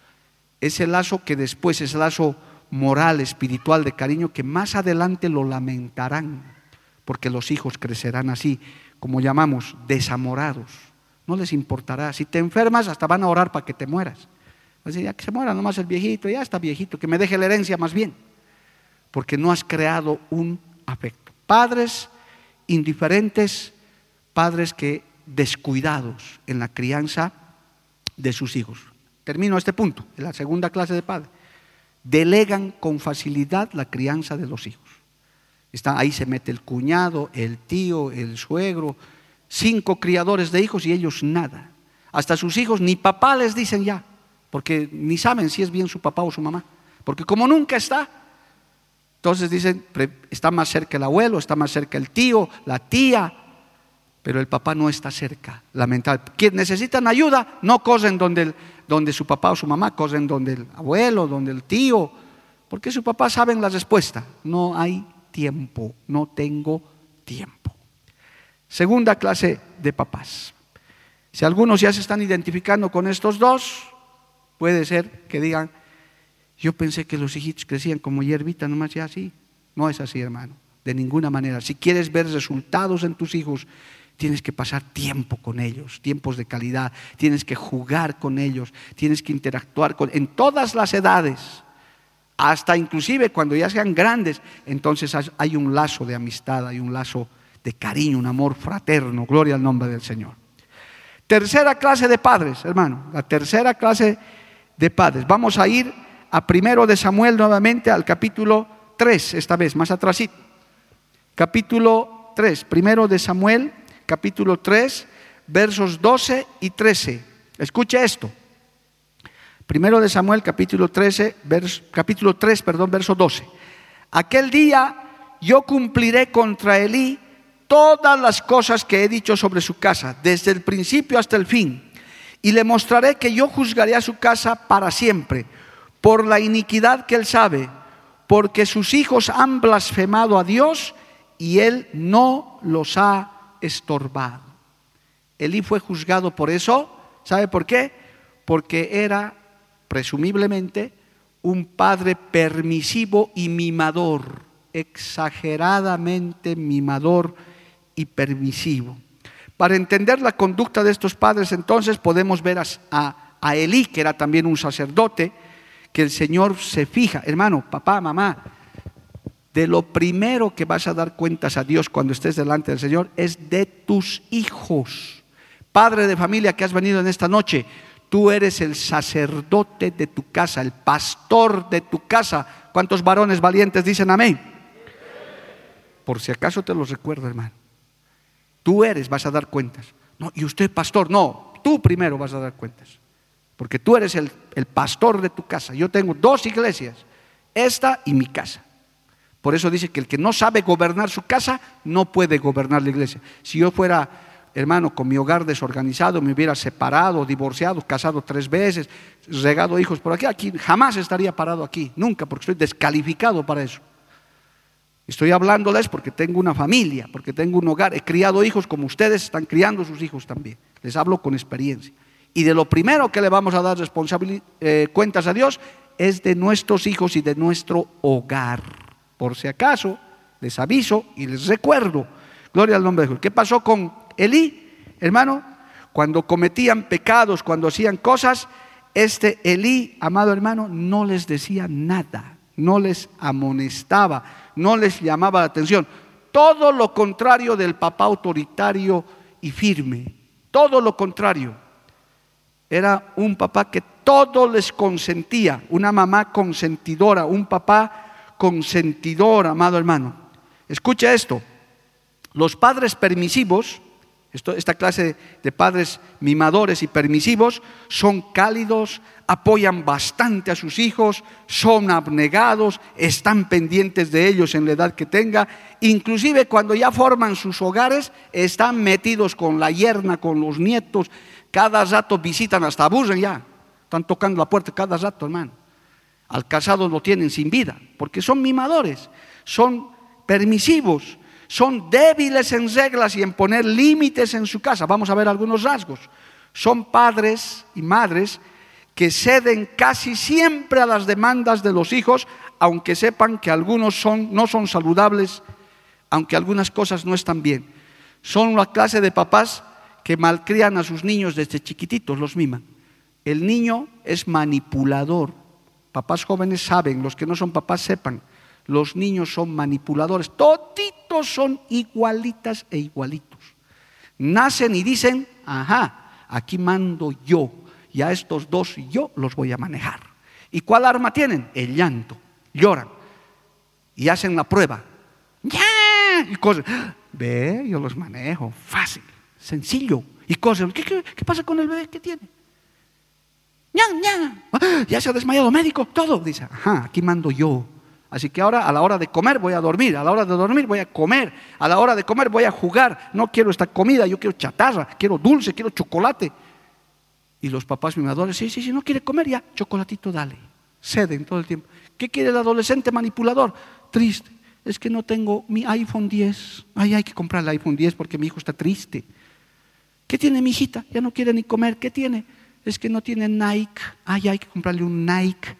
Ese lazo que después es lazo moral, espiritual, de cariño, que más adelante lo lamentarán. Porque los hijos crecerán así, como llamamos, desamorados. No les importará. Si te enfermas, hasta van a orar para que te mueras. Así, ya que se muera nomás el viejito, ya está viejito, que me deje la herencia más bien. Porque no has creado un afecto. Padres indiferentes, padres que descuidados en la crianza de sus hijos. Termino este punto, en la segunda clase de padres. Delegan con facilidad la crianza de los hijos. Ahí se mete el cuñado, el tío, el suegro, 5 criadores de hijos y ellos nada. Hasta sus hijos ni papá les dicen ya, porque ni saben si es bien su papá o su mamá. Porque como nunca está, entonces dicen, está más cerca el abuelo, está más cerca el tío, la tía, pero el papá no está cerca, lamentablemente. Quienes necesitan ayuda no corren donde su papá o su mamá, corren donde el abuelo, donde el tío, porque su papá saben la respuesta. No hay tiempo, no tengo tiempo. Segunda clase de papás. Si algunos ya se están identificando con estos dos, puede ser que digan: yo pensé que los hijitos crecían como hierbita, nomás ya así. No es así, hermano, de ninguna manera. Si quieres ver resultados en tus hijos, tienes que pasar tiempo con ellos, tiempos de calidad, tienes que jugar con ellos, tienes que interactuar en todas las edades, hasta inclusive cuando ya sean grandes. Entonces hay un lazo de amistad, hay un lazo de cariño, un amor fraterno, gloria al nombre del Señor. Tercera clase de padres, hermano, la tercera clase de padres. Vamos a ir a 1 de Samuel nuevamente, al capítulo 3, esta vez, más atrásito. Capítulo 3, 1 de Samuel, capítulo 3, versos 12 y 13. Escuche esto. 1 de Samuel, capítulo 3, verso 12. Aquel día yo cumpliré contra Elí todas las cosas que he dicho sobre su casa, desde el principio hasta el fin, y le mostraré que yo juzgaré a su casa para siempre, por la iniquidad que él sabe, porque sus hijos han blasfemado a Dios y él no los ha estorbado. Elí fue juzgado por eso. ¿Sabe por qué? Porque era presumiblemente un padre permisivo y mimador, exageradamente mimador y permisivo. Para entender la conducta de estos padres, entonces podemos ver a Elí, que era también un sacerdote, que el Señor se fija. Hermano, papá, mamá, de lo primero que vas a dar cuentas a Dios cuando estés delante del Señor es de tus hijos. Padre de familia que has venido en esta noche, tú eres el sacerdote de tu casa, el pastor de tu casa. ¿Cuántos varones valientes dicen amén? Por si acaso te los recuerdo, hermano. Tú vas a dar cuentas. No, y usted, pastor, no, tú primero vas a dar cuentas. Porque tú eres el pastor de tu casa. Yo tengo 2 iglesias, esta y mi casa. Por eso dice que el que no sabe gobernar su casa no puede gobernar la iglesia. Si yo fuera, hermano, con mi hogar desorganizado, me hubiera separado, divorciado, casado 3 veces, regado hijos por aquí jamás estaría parado aquí, nunca, porque estoy descalificado para eso. Estoy hablándoles porque tengo una familia, porque tengo un hogar, he criado hijos como ustedes están criando sus hijos también. Les hablo con experiencia. Y de lo primero que le vamos a dar cuentas a Dios es de nuestros hijos y de nuestro hogar. Por si acaso, les aviso y les recuerdo. Gloria al nombre de Dios. ¿Qué pasó con Elí, hermano? Cuando cometían pecados, cuando hacían cosas, Elí, amado hermano, no les decía nada, no les amonestaba, no les llamaba la atención. Todo lo contrario del papá autoritario y firme, todo lo contrario. Era un papá que todo les consentía, una mamá consentidora, un papá consentidor, amado hermano. Escucha esto, los padres permisivos, esta clase de padres mimadores y permisivos, son cálidos, apoyan bastante a sus hijos, son abnegados, están pendientes de ellos en la edad que tenga, inclusive cuando ya forman sus hogares, están metidos con la yerna, con los nietos, cada rato visitan, hasta aburren ya, están tocando la puerta cada rato, hermano. Al casado lo tienen sin vida, porque son mimadores, son permisivos, son débiles en reglas y en poner límites en su casa. Vamos a ver algunos rasgos. Son padres y madres que ceden casi siempre a las demandas de los hijos, aunque sepan que algunos no son saludables, aunque algunas cosas no están bien. Son la clase de papás que malcrían a sus niños desde chiquititos, los miman. El niño es manipulador. Papás jóvenes saben, los que no son papás sepan. Los niños son manipuladores, toditos son igualitas e igualitos. Nacen y dicen, ajá, aquí mando yo, y a estos 2 yo los voy a manejar. ¿Y cuál arma tienen? El llanto, lloran y hacen la prueba. ¡Ya! Y cosas, ve, yo los manejo, fácil, sencillo. Y cosas, ¿qué pasa con el bebé? ¿Qué tiene? ¡Ya, ya! Ya se ha desmayado, médico, todo. Dice, ajá, aquí mando yo. Así que ahora a la hora de comer voy a dormir, a la hora de dormir voy a comer, a la hora de comer voy a jugar. No quiero esta comida, yo quiero chatarra, quiero dulce, quiero chocolate. Y los papás mimadores, sí, no quiere comer, ya, chocolatito dale. Ceden todo el tiempo. ¿Qué quiere el adolescente manipulador? Triste, es que no tengo mi iPhone 10. Ay, hay que comprar el iPhone 10 porque mi hijo está triste. ¿Qué tiene mi hijita? Ya no quiere ni comer. ¿Qué tiene? Es que no tiene Nike. Ay, hay que comprarle un Nike.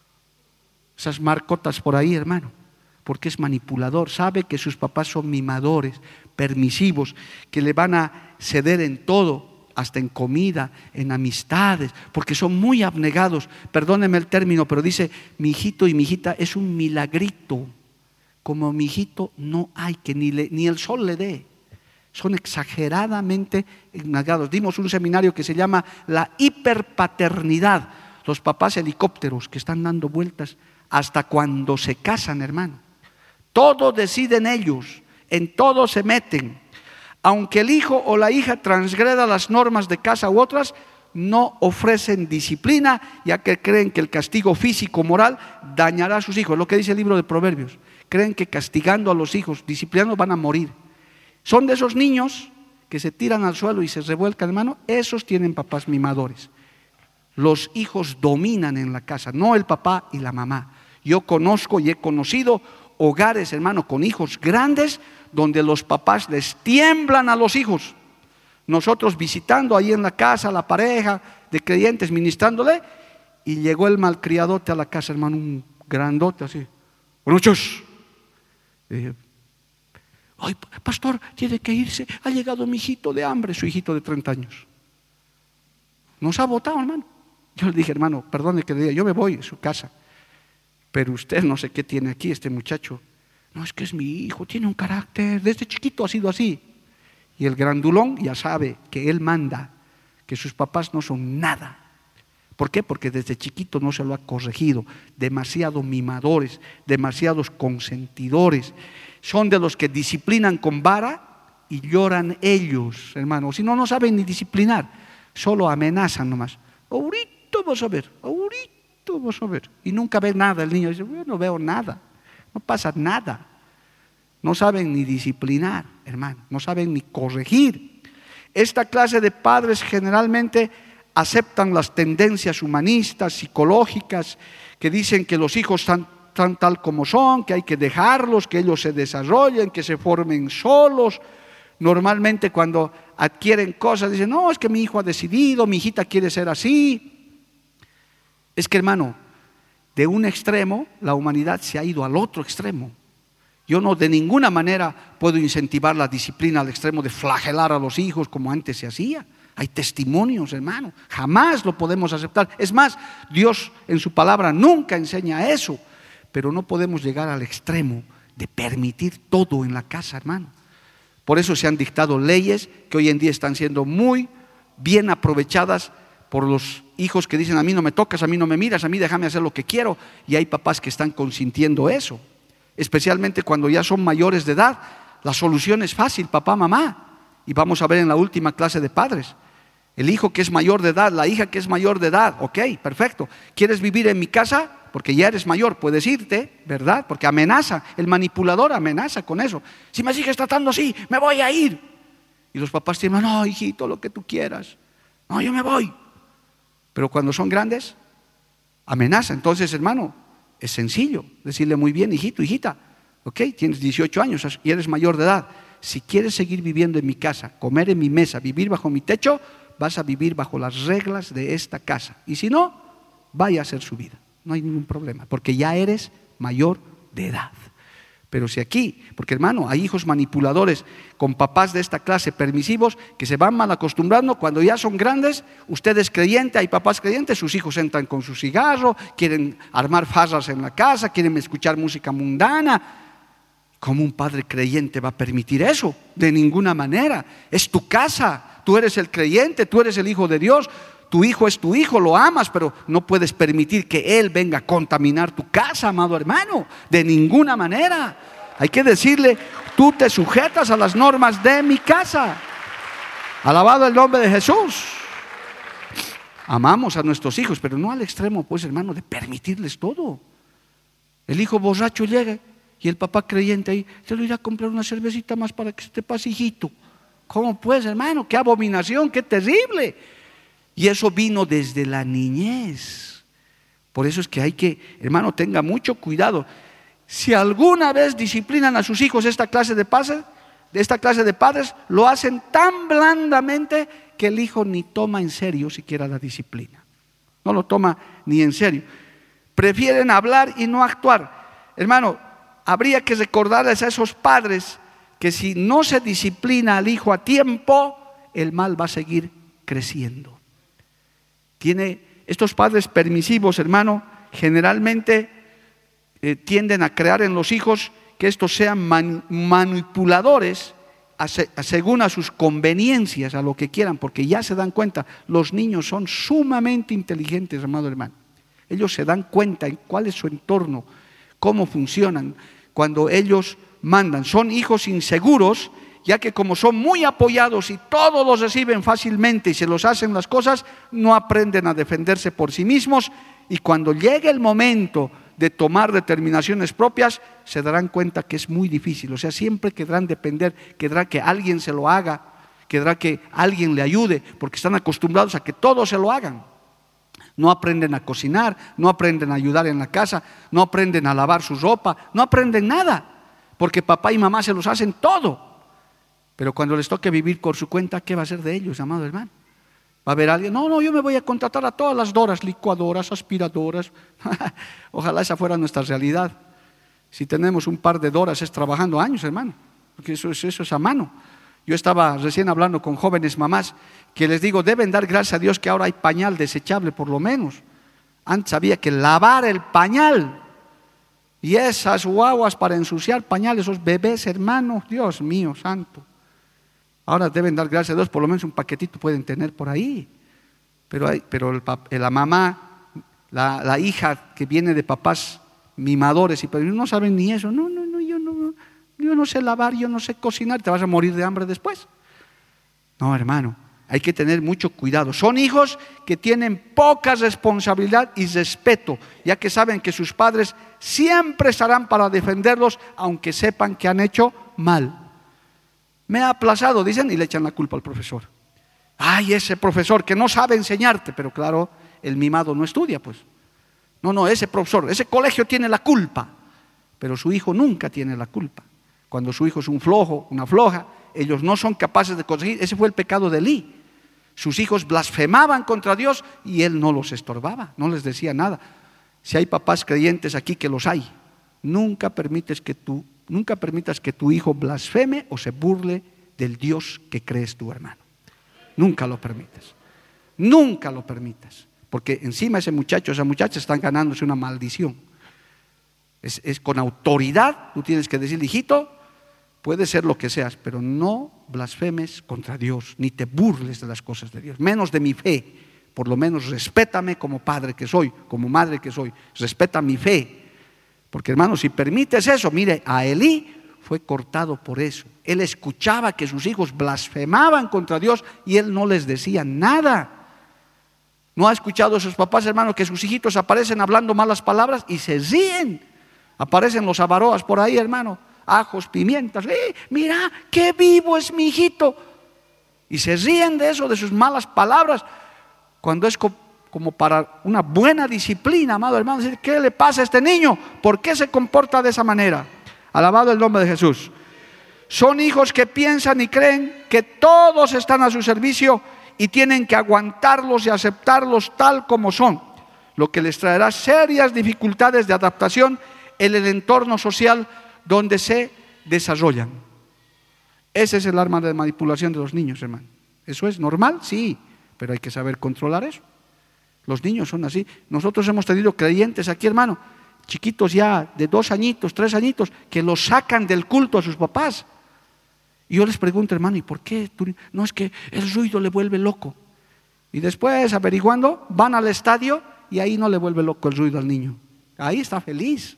Esas marcotas por ahí, hermano, porque es manipulador, sabe que sus papás son mimadores, permisivos, que le van a ceder en todo, hasta en comida, en amistades, porque son muy abnegados. Perdóneme el término, pero dice, mi hijito y mi hijita es un milagrito, como mi hijito no hay que ni el sol le dé. Son exageradamente abnegados. Dimos un seminario que se llama la hiperpaternidad, los papás helicópteros que están dando vueltas hasta cuando se casan, hermano. Todo deciden ellos, en todo se meten. Aunque el hijo o la hija transgreda las normas de casa u otras, no ofrecen disciplina, ya que creen que el castigo físico moral dañará a sus hijos. Lo que dice el libro de Proverbios. Creen que castigando a los hijos, disciplinando, van a morir. Son de esos niños que se tiran al suelo y se revuelcan, hermano. Esos tienen papás mimadores. Los hijos dominan en la casa, no el papá y la mamá. Yo conozco y he conocido hogares, hermano, con hijos grandes, donde los papás les tiemblan a los hijos. Nosotros visitando ahí en la casa, la pareja de creyentes, ministrándole, y llegó el malcriadote a la casa, hermano, un grandote así. Buenos noches. Ay, pastor, tiene que irse, ha llegado mi hijito de hambre, su hijito de 30 años. Nos ha botado, hermano. Yo le dije, hermano, perdone que le diga, yo me voy a su casa, pero usted no sé qué tiene aquí este muchacho. No, es que es mi hijo, tiene un carácter, desde chiquito ha sido así. Y el grandulón ya sabe que él manda, que sus papás no son nada. ¿Por qué? Porque desde chiquito no se lo ha corregido. Demasiado mimadores, demasiados consentidores. Son de los que disciplinan con vara y lloran ellos, hermano. Si no, no saben ni disciplinar, solo amenazan nomás. Ahorita vas a ver, ahorita vas a ver. Y nunca ve nada. El niño dice, yo no veo nada, no pasa nada. No saben ni disciplinar, hermano, no saben ni corregir. Esta clase de padres generalmente aceptan las tendencias humanistas, psicológicas, que dicen que los hijos están tal como son, que hay que dejarlos, que ellos se desarrollen, que se formen solos. Normalmente cuando adquieren cosas dicen, no, es que mi hijo ha decidido, mi hijita quiere ser así. Es que, hermano, de un extremo la humanidad se ha ido al otro extremo. Yo no de ninguna manera puedo incentivar la disciplina al extremo de flagelar a los hijos como antes se hacía. Hay testimonios, hermano, jamás lo podemos aceptar. Es más, Dios en su palabra nunca enseña eso, pero no podemos llegar al extremo de permitir todo en la casa, hermano. Por eso se han dictado leyes que hoy en día están siendo muy bien aprovechadas por los hijos que dicen, a mí no me tocas, a mí no me miras, a mí déjame hacer lo que quiero. Y hay papás que están consintiendo eso, especialmente cuando ya son mayores de edad. La solución es fácil, papá, mamá. Y vamos a ver en la última clase de padres. El hijo que es mayor de edad, la hija que es mayor de edad, ok, perfecto. ¿Quieres vivir en mi casa? Porque ya eres mayor, puedes irte, ¿verdad? Porque amenaza, el manipulador amenaza con eso. Si me sigues tratando así, me voy a ir. Y los papás dicen, no, hijito, lo que tú quieras. No, yo me voy. Pero cuando son grandes, amenaza. Entonces, hermano, es sencillo decirle muy bien, hijito, hijita, ok, tienes 18 años y eres mayor de edad. Si quieres seguir viviendo en mi casa, comer en mi mesa, vivir bajo mi techo, vas a vivir bajo las reglas de esta casa. Y si no, vaya a hacer su vida. No hay ningún problema, porque ya eres mayor de edad. Pero si aquí, porque hermano, hay hijos manipuladores con papás de esta clase permisivos que se van mal acostumbrando. Cuando ya son grandes, usted es creyente, hay papás creyentes, sus hijos entran con su cigarro, quieren armar farras en la casa, quieren escuchar música mundana. ¿Cómo un padre creyente va a permitir eso? De ninguna manera. Es tu casa, tú eres el creyente, tú eres el hijo de Dios. Tu hijo es tu hijo, lo amas, pero no puedes permitir que él venga a contaminar tu casa, amado hermano. De ninguna manera. Hay que decirle, tú te sujetas a las normas de mi casa. Alabado el nombre de Jesús. Amamos a nuestros hijos, pero no al extremo, pues hermano, de permitirles todo. El hijo borracho llega y el papá creyente ahí, te lo irá a comprar una cervecita más para que se te pase, hijito. ¿Cómo pues, hermano? ¡Qué abominación, qué terrible! Y eso vino desde la niñez. Por eso es que hay que, hermano, tenga mucho cuidado. Si alguna vez disciplinan a sus hijos esta clase de padres, lo hacen tan blandamente que el hijo ni toma en serio siquiera la disciplina. No lo toma ni en serio. Prefieren hablar y no actuar. Hermano, habría que recordarles a esos padres que si no se disciplina al hijo a tiempo, el mal va a seguir creciendo. Estos padres permisivos, hermano, generalmente tienden a crear en los hijos que estos sean manipuladores según a sus conveniencias, a lo que quieran, porque ya se dan cuenta, los niños son sumamente inteligentes, amado hermano. Ellos se dan cuenta en cuál es su entorno, cómo funcionan, cuando ellos mandan. Son hijos inseguros, ya que como son muy apoyados y todos los reciben fácilmente y se los hacen las cosas, no aprenden a defenderse por sí mismos, y cuando llegue el momento de tomar determinaciones propias, se darán cuenta que es muy difícil. O sea, siempre querrán depender, querrá que alguien se lo haga, querrá que alguien le ayude, porque están acostumbrados a que todos se lo hagan. No aprenden a cocinar, no aprenden a ayudar en la casa, no aprenden a lavar su ropa, no aprenden nada, porque papá y mamá se los hacen todo. Pero cuando les toque vivir por su cuenta, ¿qué va a ser de ellos, amado hermano? Va a haber alguien, no, yo me voy a contratar a todas las doras, licuadoras, aspiradoras. Ojalá esa fuera nuestra realidad. Si tenemos un par de doras es trabajando años, hermano, porque eso es a mano. Yo estaba recién hablando con jóvenes mamás que les digo, deben dar gracias a Dios que ahora hay pañal desechable por lo menos. Antes había que lavar el pañal. Y esas guaguas para ensuciar pañales, esos bebés, hermanos, Dios mío santo. Ahora deben dar gracias a Dios, por lo menos un paquetito pueden tener por ahí. Pero la mamá, la hija que viene de papás mimadores y no saben ni eso. No, yo no sé lavar, yo no sé cocinar, te vas a morir de hambre después. No, hermano, hay que tener mucho cuidado. Son hijos que tienen poca responsabilidad y respeto, ya que saben que sus padres siempre estarán para defenderlos, aunque sepan que han hecho mal. Me ha aplazado, dicen, y le echan la culpa al profesor. Ay, ese profesor que no sabe enseñarte, pero claro, el mimado no estudia, pues. No, ese profesor, ese colegio tiene la culpa, pero su hijo nunca tiene la culpa. Cuando su hijo es un flojo, una floja, ellos no son capaces de conseguir. Ese fue el pecado de Elí. Sus hijos blasfemaban contra Dios y él no los estorbaba, no les decía nada. Si hay papás creyentes aquí, que los hay, nunca permitas que tu hijo blasfeme o se burle del Dios que crees tú, hermano. Nunca lo permitas. Nunca lo permitas. Porque encima ese muchacho, esa muchacha están ganándose una maldición. Es con autoridad, tú tienes que decir, hijito, puede ser lo que seas, pero no blasfemes contra Dios, ni te burles de las cosas de Dios, menos de mi fe. Por lo menos respétame como padre que soy, como madre que soy, respeta mi fe. Porque hermano, si permites eso, mire, a Elí fue cortado por eso. Él escuchaba que sus hijos blasfemaban contra Dios y él no les decía nada. ¿No ha escuchado a sus papás, hermano, que sus hijitos aparecen hablando malas palabras y se ríen? Aparecen los avaroas por ahí, hermano, ajos, pimientas. Mira, qué vivo es mi hijito. Y se ríen de eso, de sus malas palabras, cuando es como para una buena disciplina, amado hermano. Decir, ¿qué le pasa a este niño? ¿Por qué se comporta de esa manera? Alabado el nombre de Jesús. Son hijos que piensan y creen que todos están a su servicio y tienen que aguantarlos y aceptarlos tal como son, lo que les traerá serias dificultades de adaptación en el entorno social donde se desarrollan. Ese es el arma de manipulación de los niños, hermano. ¿Eso es normal? Sí, pero hay que saber controlar eso. Los niños son así. Nosotros hemos tenido creyentes aquí, hermano, chiquitos ya de 2 añitos, 3 añitos, que los sacan del culto a sus papás. Y yo les pregunto, hermano, ¿y por qué? No, es que el ruido le vuelve loco. Y después, averiguando, van al estadio y ahí no le vuelve loco el ruido al niño. Ahí está feliz.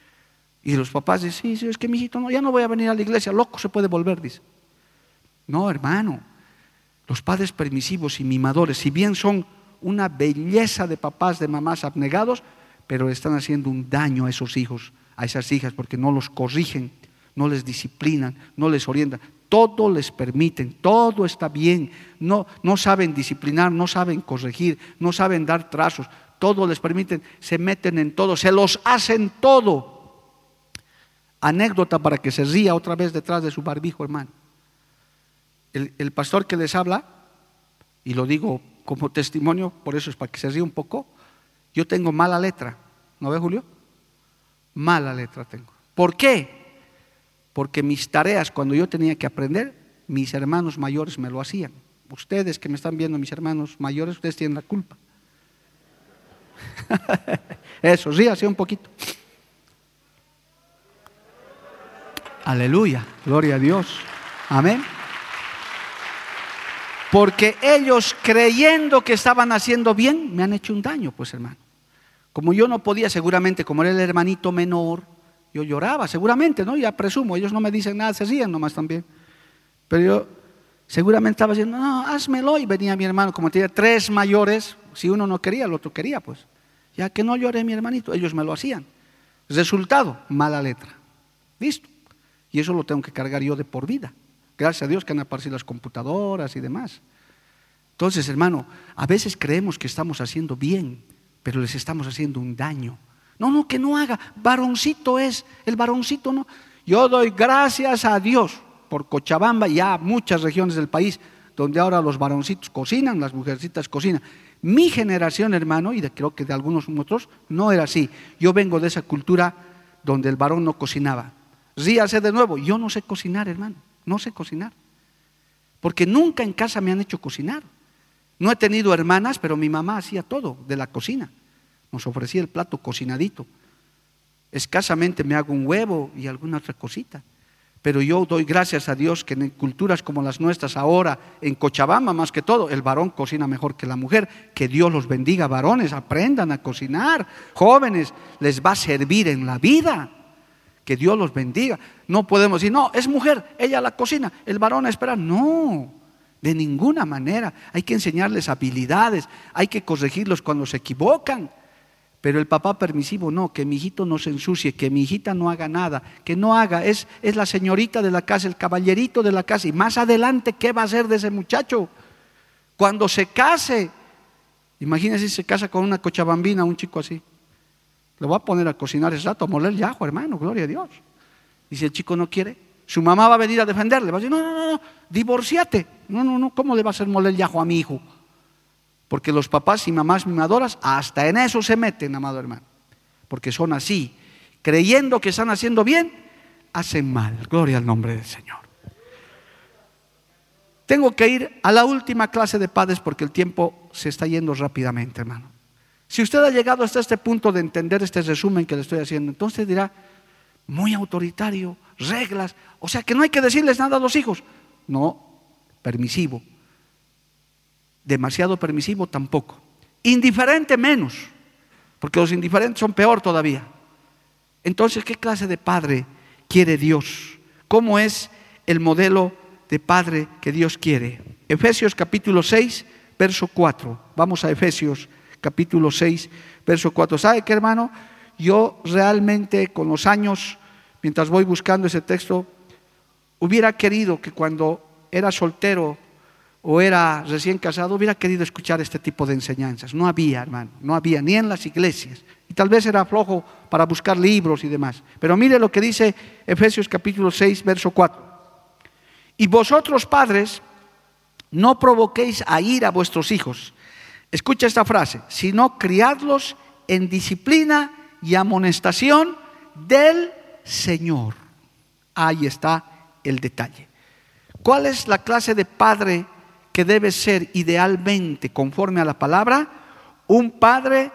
Y los papás dicen, sí, es que mi hijito, no, ya no voy a venir a la iglesia, loco se puede volver, dice. No, hermano, los padres permisivos y mimadores, si bien son una belleza de papás, de mamás abnegados, pero están haciendo un daño a esos hijos, a esas hijas, porque no los corrigen, no les disciplinan, no les orientan. Todo les permiten, todo está bien, no saben disciplinar, no saben corregir, no saben dar trazos, todo les permiten, se meten en todo, se los hacen todo. Anécdota para que se ría otra vez detrás de su barbijo, hermano. El pastor que les habla, y lo digo como testimonio, por eso es para que se ría un poco, yo tengo mala letra, ¿no ve, Julio? Mala letra tengo. ¿Por qué? Porque mis tareas, cuando yo tenía que aprender, mis hermanos mayores me lo hacían. Ustedes que me están viendo, mis hermanos mayores, ustedes tienen la culpa. Eso, sí, así un poquito. Aleluya, gloria a Dios. Amén. Porque ellos, creyendo que estaban haciendo bien, me han hecho un daño, pues, hermano. Como yo no podía, seguramente, como era el hermanito menor, yo lloraba, seguramente, ¿no? Ya presumo, ellos no me dicen nada, se ríen nomás también. Pero yo seguramente estaba diciendo, no, házmelo. Y venía mi hermano, como tenía 3 mayores, si uno no quería, el otro quería, pues. Ya que no lloré mi hermanito, ellos me lo hacían. Resultado, mala letra. ¿Listo? Y eso lo tengo que cargar yo de por vida. Gracias a Dios que han aparecido las computadoras y demás. Entonces, hermano, a veces creemos que estamos haciendo bien, pero les estamos haciendo un daño. No, que no haga, varoncito es, el varoncito no. Yo doy gracias a Dios por Cochabamba y a muchas regiones del país donde ahora los varoncitos cocinan, las mujercitas cocinan. Mi generación, hermano, y creo que de algunos otros, no era así. Yo vengo de esa cultura donde el varón no cocinaba. Ríase de nuevo, yo no sé cocinar, hermano, no sé cocinar. porque nunca en casa me han hecho cocinar. No he tenido hermanas, pero mi mamá hacía todo de la cocina. Nos ofrecía el plato cocinadito. Escasamente me hago un huevo y alguna otra cosita. Pero yo doy gracias a Dios que en culturas como las nuestras ahora, en Cochabamba más que todo, el varón cocina mejor que la mujer. Que Dios los bendiga, varones, aprendan a cocinar. Jóvenes, les va a servir en la vida. Que Dios los bendiga. No podemos decir, no, es mujer, ella la cocina, el varón espera. No, de ninguna manera. Hay que enseñarles habilidades, hay que corregirlos cuando se equivocan. Pero el papá permisivo, no, que mi hijito no se ensucie, que mi hijita no haga nada, que no haga, es la señorita de la casa, el caballerito de la casa. Y más adelante, ¿qué va a hacer de ese muchacho? Cuando se case, imagínense si se casa con una cochabambina, un chico así. Lo va a poner a cocinar ese rato, a moler el ajo, hermano, gloria a Dios. Y si el chico no quiere, su mamá va a venir a defenderle, va a decir, no, divórciate. No, ¿cómo le va a hacer moler el ajo a mi hijo? Porque los papás y mamás mimadoras hasta en eso se meten, amado hermano. Porque son así, creyendo que están haciendo bien, hacen mal. Gloria al nombre del Señor. Tengo que ir a la última clase de padres porque el tiempo se está yendo rápidamente, hermano. Si usted ha llegado hasta este punto de entender este resumen que le estoy haciendo, entonces dirá, muy autoritario, reglas, o sea que no hay que decirles nada a los hijos. No, permisivo. Demasiado permisivo tampoco. Indiferente menos, porque los indiferentes son peor todavía. Entonces, ¿qué clase de padre quiere Dios? ¿Cómo es el modelo de padre que Dios quiere? Efesios capítulo 6, verso 4. Vamos a Efesios capítulo 6, verso 4. ¿Sabe qué, hermano? Yo realmente con los años, mientras voy buscando ese texto, hubiera querido que cuando era soltero o era recién casado, hubiera querido escuchar este tipo de enseñanzas. No había, hermano, no había, ni en las iglesias. Y tal vez era flojo para buscar libros y demás. Pero mire lo que dice Efesios capítulo 6, verso 4. Y vosotros, padres, no provoquéis a ira a vuestros hijos. Escucha esta frase, sino criadlos en disciplina y amonestación del Señor. Ahí está el detalle. ¿Cuál es la clase de padre que debe ser idealmente conforme a la palabra? Un padre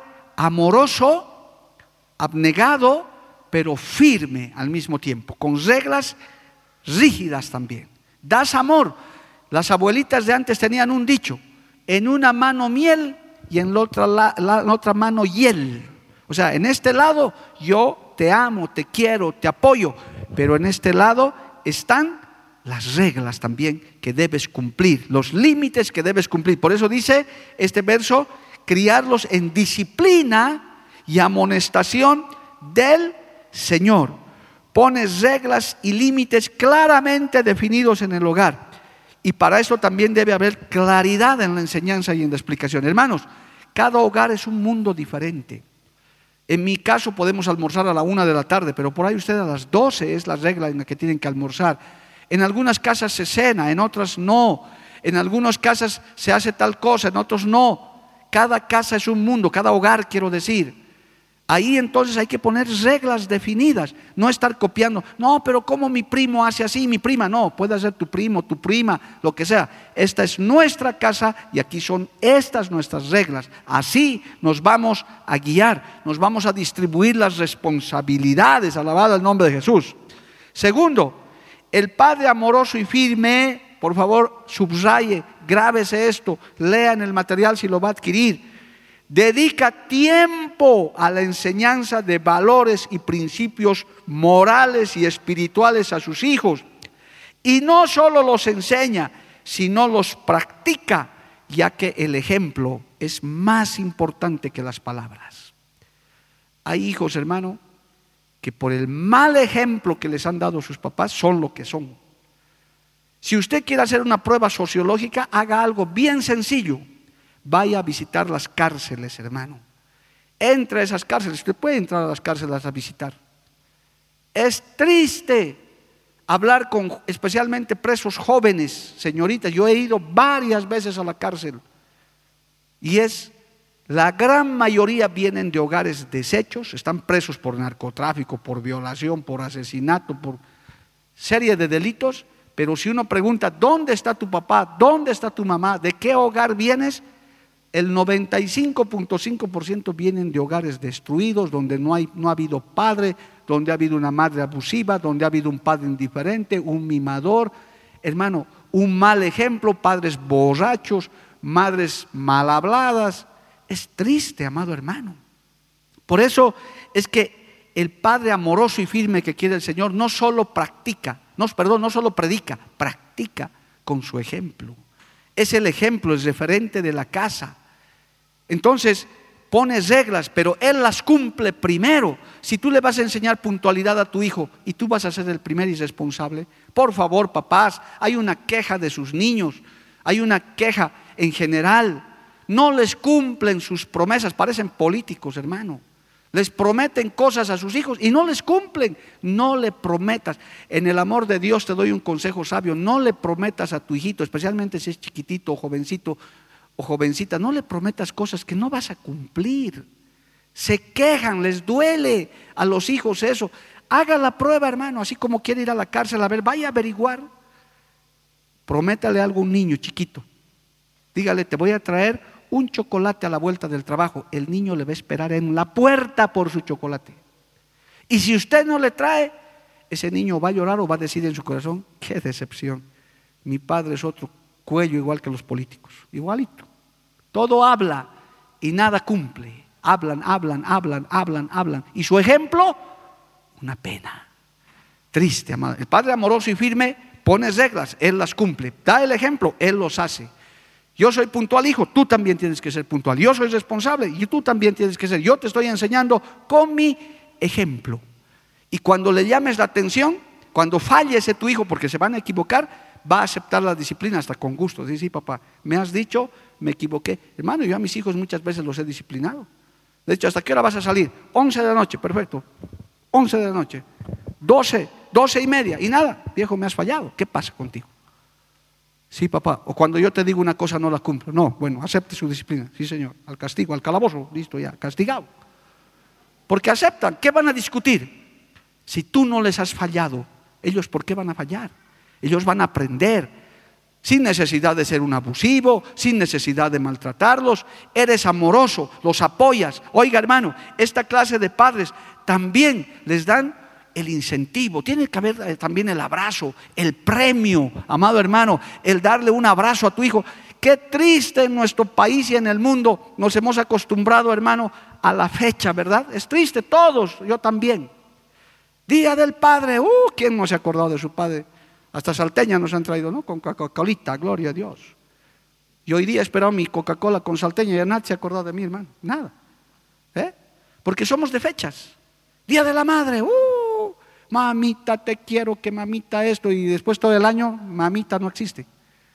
amoroso, abnegado, pero firme al mismo tiempo, con reglas rígidas también. Das amor. Las abuelitas de antes tenían un dicho, en una mano miel y en la otra mano hiel. O sea, en este lado yo te amo, te quiero, te apoyo, pero en este lado están las reglas también que debes cumplir, los límites que debes cumplir. Por eso dice este verso, criarlos en disciplina y amonestación del Señor. Pones reglas y límites claramente definidos en el hogar. Y para eso también debe haber claridad en la enseñanza y en la explicación. Hermanos, cada hogar es un mundo diferente. En mi caso podemos almorzar a la 1 de la tarde, pero por ahí usted a las 12 es la regla en la que tienen que almorzar. En algunas casas se cena, en otras no. En algunas casas se hace tal cosa, en otros no. Cada casa es un mundo, cada hogar quiero decir. Ahí entonces hay que poner reglas definidas, no estar copiando. No, pero como mi primo hace así, mi prima. No, puede ser tu primo, tu prima, lo que sea. Esta es nuestra casa y aquí son estas nuestras reglas. Así nos vamos a guiar, nos vamos a distribuir las responsabilidades. Alabado el nombre de Jesús. Segundo, el padre amoroso y firme, por favor subraye, grábese esto, lea en el material si lo va a adquirir. Dedica tiempo a la enseñanza de valores y principios morales y espirituales a sus hijos. Y no solo los enseña, sino los practica, ya que el ejemplo es más importante que las palabras. Hay hijos, hermano, que por el mal ejemplo que les han dado sus papás son lo que son. Si usted quiere hacer una prueba sociológica, haga algo bien sencillo. Vaya a visitar las cárceles, hermano. Entre a esas cárceles, usted puede entrar a las cárceles a visitar. Es triste hablar con especialmente presos jóvenes, señoritas. Yo he ido varias veces a la cárcel y la gran mayoría vienen de hogares deshechos, están presos por narcotráfico, por violación, por asesinato, por serie de delitos, Pero si uno pregunta, ¿dónde está tu papá? ¿Dónde está tu mamá? ¿De qué hogar vienes? El 95.5% vienen de hogares destruidos, donde no ha habido padre, donde ha habido una madre abusiva, donde ha habido un padre indiferente, un mimador, hermano, un mal ejemplo, padres borrachos, madres mal habladas. Es triste, amado hermano. Por eso es que el Padre amoroso y firme que quiere el Señor no solo predica, practica con su ejemplo. Es el ejemplo, es referente de la casa. Entonces pone reglas, pero Él las cumple primero. Si tú le vas a enseñar puntualidad a tu hijo y tú vas a ser el primer irresponsable, por favor, papás, hay una queja de sus niños, hay una queja en general. No les cumplen sus promesas, parecen políticos, hermano. Les prometen cosas a sus hijos y no les cumplen. No le prometas. En el amor de Dios te doy un consejo sabio: no le prometas a tu hijito, especialmente si es chiquitito o jovencito o jovencita, no le prometas cosas que no vas a cumplir. Se quejan, les duele a los hijos eso. Haga la prueba, hermano, así como quiere ir a la cárcel, a ver, vaya a averiguar. Prométale algo a un niño chiquito. Dígale, te voy a traer un chocolate a la vuelta del trabajo. El niño le va a esperar en la puerta por su chocolate. Y si usted no le trae, ese niño va a llorar o va a decir en su corazón: qué decepción, mi padre es otro cuello igual que los políticos, igualito. Todo habla y nada cumple. Hablan. Y su ejemplo, una pena. Triste, amado. El Padre amoroso y firme pone reglas, Él las cumple. Da el ejemplo, Él los hace. Yo soy puntual, hijo, tú también tienes que ser puntual. Yo soy responsable y tú también tienes que ser. Yo te estoy enseñando con mi ejemplo. Y cuando le llames la atención, cuando falle ese tu hijo, porque se van a equivocar, va a aceptar la disciplina hasta con gusto. Dice: sí, papá, me has dicho, me equivoqué. Hermano, yo a mis hijos muchas veces los he disciplinado. De hecho, ¿hasta qué hora vas a salir? 11 de la noche, perfecto. 11 de la noche, 12 y media. Y nada, viejo, me has fallado. ¿Qué pasa contigo? Sí, papá. O cuando yo te digo una cosa no la cumplo. No, bueno, acepte su disciplina. Sí, señor. Al castigo, al calabozo. Listo, ya, castigado. Porque aceptan. ¿Qué van a discutir? Si tú no les has fallado, ellos ¿por qué van a fallar? Ellos van a aprender, sin necesidad de ser un abusivo, sin necesidad de maltratarlos. Eres amoroso, los apoyas. Oiga, hermano, esta clase de padres también les dan el incentivo. Tiene que haber también el abrazo, el premio, amado hermano, el darle un abrazo a tu hijo. Qué triste en nuestro país y en el mundo nos hemos acostumbrado, hermano, a la fecha, ¿verdad? Es triste, todos, yo también. Día del Padre, ¿quién no se ha acordado de su padre? Hasta salteña nos han traído, ¿no? Con Coca-Colita, gloria a Dios. Y hoy día he esperado mi Coca-Cola con salteña y nadie se ha acordado de mí, hermano, nada. Porque somos de fechas. Día de la Madre, mamita te quiero, que mamita esto, y después todo el año mamita no existe.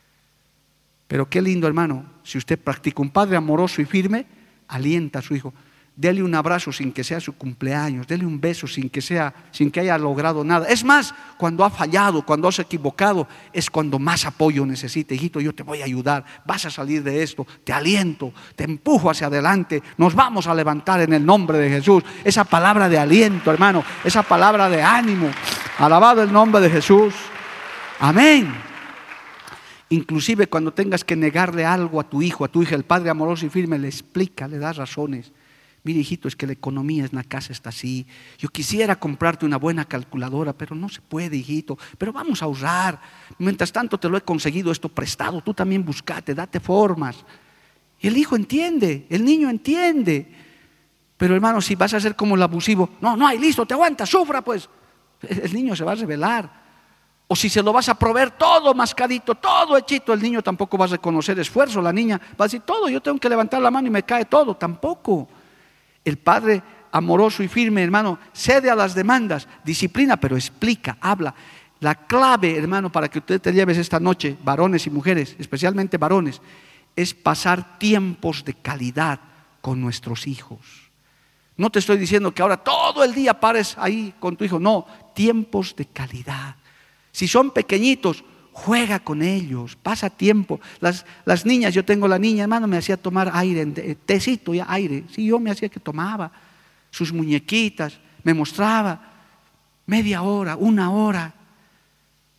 Pero qué lindo, hermano, si usted practica. Un padre amoroso y firme alienta a su hijo. Dele un abrazo sin que sea su cumpleaños, dele un beso sin que haya logrado nada. Es más, cuando ha fallado, cuando has equivocado, es cuando más apoyo necesita. Hijito, yo te voy a ayudar, vas a salir de esto, te aliento, te empujo hacia adelante, nos vamos a levantar en el nombre de Jesús. Esa palabra de aliento, hermano, esa palabra de ánimo. Alabado el nombre de Jesús. Amén. Inclusive cuando tengas que negarle algo a tu hijo, a tu hija, el padre amoroso y firme le explica, le da razones. Mira, hijito, es que la economía en la casa está así. Yo quisiera comprarte una buena calculadora, pero no se puede, hijito. Pero vamos a ahorrar. Mientras tanto te lo he conseguido esto prestado. Tú también buscate, date formas. Y el hijo entiende, el niño entiende. Pero hermano, si vas a ser como el abusivo, no hay, listo, te aguanta, sufra pues. El niño se va a rebelar. O si se lo vas a proveer todo mascadito, todo hechito, el niño tampoco va a reconocer esfuerzo. La niña va a decir, todo, yo tengo que levantar la mano y me cae todo. Tampoco. El padre amoroso y firme, hermano, cede a las demandas, disciplina, pero explica, habla. La clave, hermano, para que usted te lleves esta noche, varones y mujeres, especialmente varones, es pasar tiempos de calidad con nuestros hijos. No te estoy diciendo que ahora todo el día pares ahí con tu hijo, no, tiempos de calidad. Si son pequeñitos, juega con ellos, pasa tiempo. Las niñas, yo tengo la niña, hermano, me hacía tomar aire, tecito ya, aire. Sí, yo me hacía que tomaba sus muñequitas, me mostraba media hora, una hora.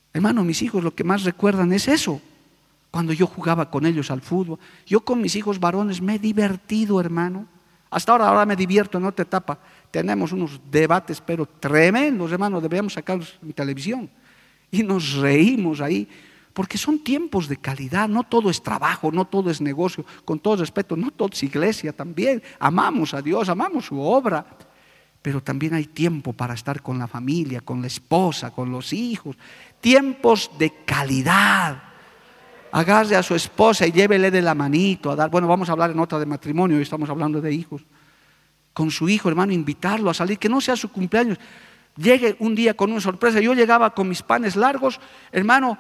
Hermano, mis hijos lo que más recuerdan es eso. Cuando yo jugaba con ellos al fútbol. Yo con mis hijos varones me he divertido, hermano. Hasta ahora me divierto en otra etapa. Tenemos unos debates, pero tremendos, hermano. Deberíamos sacarlos en televisión. Y nos reímos ahí. Porque son tiempos de calidad. No todo es trabajo, no todo es negocio. Con todo respeto, no todo es iglesia también. Amamos a Dios, amamos su obra. Pero también hay tiempo para estar con la familia, con la esposa, con los hijos. Tiempos de calidad. Agarre a su esposa y llévele de la manito a dar. Bueno, vamos a hablar en otra de matrimonio, hoy estamos hablando de hijos. Con su hijo, hermano, invitarlo a salir, que no sea su cumpleaños. Llegue un día con una sorpresa. Yo llegaba con mis panes largos, hermano,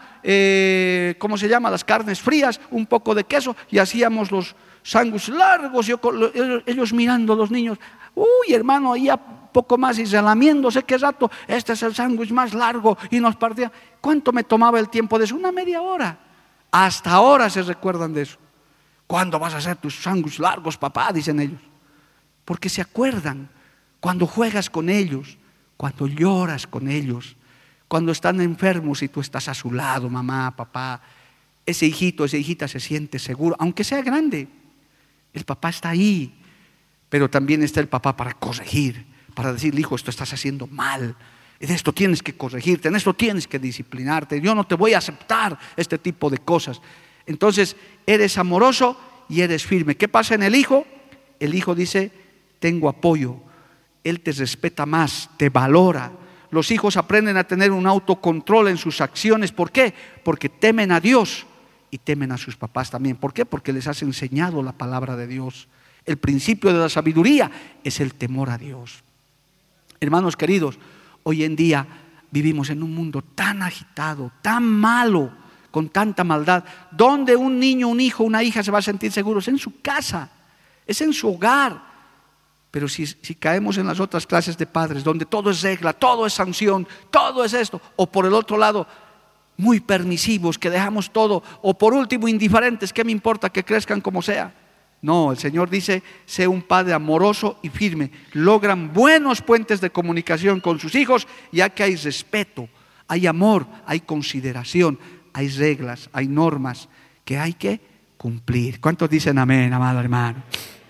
¿cómo se llama? Las carnes frías, un poco de queso, y hacíamos los sándwiches largos. Ellos mirando, los niños, uy, hermano, ahí a poco más y relamiéndose, qué rato, este es el sándwich más largo, y nos partía. ¿Cuánto me tomaba el tiempo de eso? Una media hora. Hasta ahora se recuerdan de eso. ¿Cuándo vas a hacer tus sándwiches largos, papá? Dicen ellos. Porque se acuerdan cuando juegas con ellos, cuando lloras con ellos, cuando están enfermos y tú estás a su lado, mamá, papá. Ese hijito, esa hijita se siente seguro, aunque sea grande. El papá está ahí, pero también está el papá para corregir, para decirle, hijo, esto estás haciendo mal. En esto tienes que corregirte, en esto tienes que disciplinarte. Yo no te voy a aceptar este tipo de cosas. Entonces, eres amoroso y eres firme. ¿Qué pasa en el hijo? El hijo dice, tengo apoyo. Él te respeta más, te valora. Los hijos aprenden a tener un autocontrol en sus acciones. ¿Por qué? Porque temen a Dios y temen a sus papás también. ¿Por qué? Porque les has enseñado la palabra de Dios. El principio de la sabiduría es el temor a Dios. Hermanos queridos, hoy en día vivimos en un mundo tan agitado, tan malo, con tanta maldad. ¿Dónde un niño, un hijo, una hija se va a sentir seguro? Es en su casa, es en su hogar. Pero si caemos en las otras clases de padres, donde todo es regla, todo es sanción, todo es esto, o por el otro lado, muy permisivos, que dejamos todo, o por último, indiferentes, ¿qué me importa que crezcan como sea? No, el Señor dice, sé un padre amoroso y firme. Logran buenos puentes de comunicación con sus hijos, ya que hay respeto, hay amor, hay consideración, hay reglas, hay normas que hay que cumplir. ¿Cuántos dicen amén, amado hermano?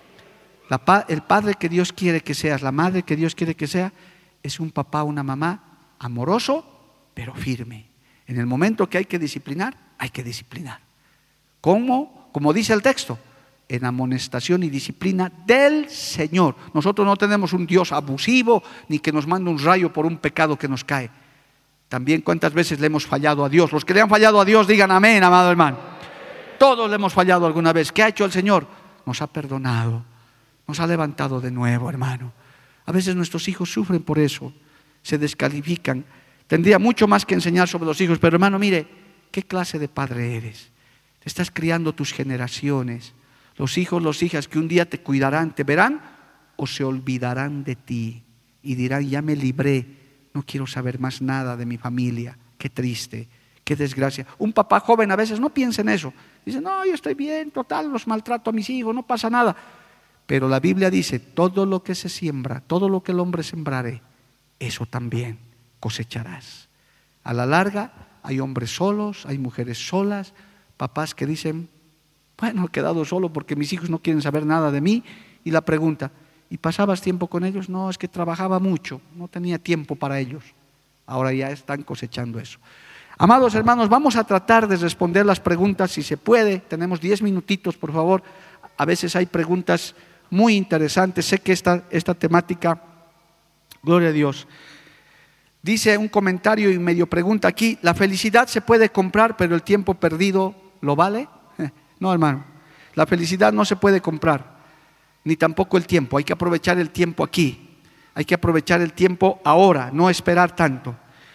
El padre que Dios quiere que seas, la madre que Dios quiere que sea, es un papá, una mamá amoroso, pero firme. En el momento que hay que disciplinar, hay que disciplinar. ¿Cómo? Como dice el texto, en amonestación y disciplina del Señor. Nosotros no tenemos un Dios abusivo, ni que nos manda un rayo por un pecado que nos cae. También cuántas veces le hemos fallado a Dios. Los que le han fallado a Dios, digan amén, amado hermano. Todos le hemos fallado alguna vez. ¿Qué ha hecho el Señor? Nos ha perdonado. Nos ha levantado de nuevo, hermano. A veces nuestros hijos sufren por eso, se descalifican. Tendría mucho más que enseñar sobre los hijos, pero hermano, mire, ¿qué clase de padre eres? Te estás criando tus generaciones. Los hijos, las hijas que un día te cuidarán, te verán o se olvidarán de ti y dirán, ya me libré, no quiero saber más nada de mi familia. Qué triste, qué desgracia. Un papá joven a veces no piensa en eso. Dice, no, yo estoy bien, total, los maltrato a mis hijos, no pasa nada. Pero la Biblia dice, todo lo que se siembra, todo lo que el hombre sembrare, eso también cosecharás. A la larga hay hombres solos, hay mujeres solas, papás que dicen, bueno, he quedado solo porque mis hijos no quieren saber nada de mí. Y la pregunta, ¿y pasabas tiempo con ellos? No, es que trabajaba mucho, no tenía tiempo para ellos. Ahora ya están cosechando eso. Amados hermanos, vamos a tratar de responder las preguntas si se puede. Tenemos 10 minutitos, por favor. A veces hay preguntas muy interesantes. Sé que esta temática, gloria a Dios. Dice un comentario y medio pregunta aquí, ¿la felicidad se puede comprar pero el tiempo perdido lo vale? No, hermano, la felicidad no se puede comprar, ni tampoco el tiempo. Hay que aprovechar el tiempo aquí, hay que aprovechar el tiempo ahora, no esperar tanto.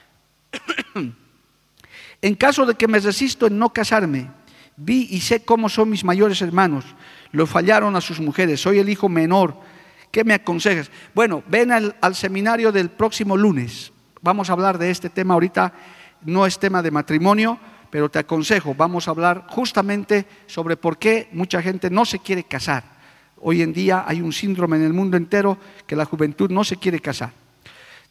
En caso de que me resisto en no casarme, vi y sé cómo son mis mayores hermanos, lo fallaron a sus mujeres, soy el hijo menor, ¿qué me aconsejas? Bueno, ven al seminario del próximo lunes, vamos a hablar de este tema. Ahorita no es tema de matrimonio, pero te aconsejo, vamos a hablar justamente sobre por qué mucha gente no se quiere casar. Hoy en día hay un síndrome en el mundo entero que la juventud no se quiere casar.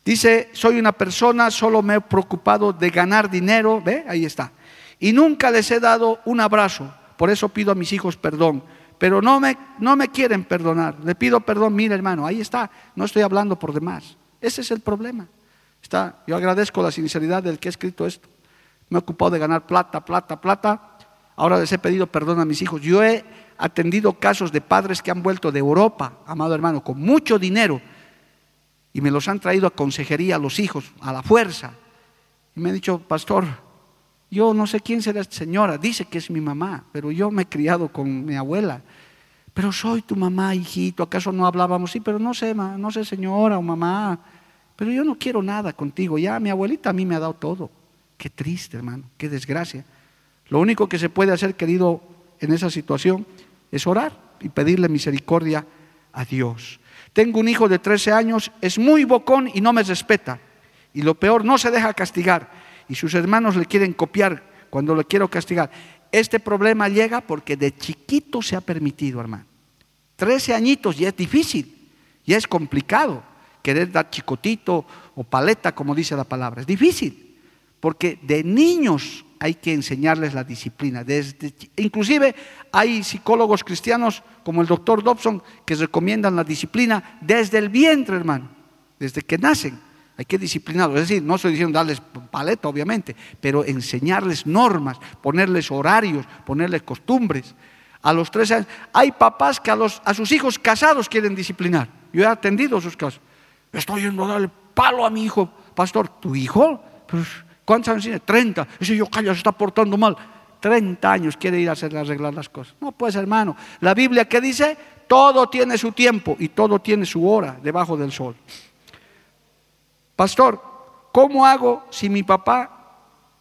Dice, soy una persona, solo me he preocupado de ganar dinero, ¿ve? Ahí está. Y nunca les he dado un abrazo, por eso pido a mis hijos perdón. Pero no me quieren perdonar. Le pido perdón, mira hermano, ahí está. No estoy hablando por demás. Ese es el problema. Yo agradezco la sinceridad del que ha escrito esto. Me he ocupado de ganar plata. Ahora les he pedido perdón a mis hijos. Yo he atendido casos de padres que han vuelto de Europa, amado hermano, con mucho dinero, y me los han traído a consejería a los hijos, a la fuerza. Y me han dicho, pastor, yo no sé quién será esta señora, dice que es mi mamá, pero yo me he criado con mi abuela. Pero soy tu mamá, hijito, ¿acaso no hablábamos? Sí, pero no sé señora o mamá, pero yo no quiero nada contigo, ya mi abuelita a mí me ha dado todo. Qué triste, hermano, qué desgracia. Lo único que se puede hacer, querido, en esa situación es orar y pedirle misericordia a Dios. Tengo un hijo de 13 años, es muy bocón y no me respeta. Y lo peor, no se deja castigar. Y sus hermanos le quieren copiar cuando le quiero castigar. Este problema llega porque de chiquito se ha permitido, hermano. 13 añitos ya es difícil, ya es complicado querer dar chicotito o paleta, como dice la palabra. Es difícil, porque de niños hay que enseñarles la disciplina. Inclusive hay psicólogos cristianos como el doctor Dobson que recomiendan la disciplina desde el vientre, hermano, desde que nacen. Hay que disciplinarlos, es decir, no estoy diciendo darles paleta obviamente, pero enseñarles normas, ponerles horarios, ponerles costumbres. A los 13 años, hay papás que a sus hijos casados quieren disciplinar. Yo he atendido sus casos. Estoy yendo a darle palo a mi hijo. Pastor, ¿tu hijo? Pues, ¿cuántos años tiene? 30. Dice, yo calla, se está portando mal. 30 años quiere ir a arreglar las cosas. No, pues hermano, la Biblia que dice, todo tiene su tiempo y todo tiene su hora debajo del sol. Pastor, ¿cómo hago si mi papá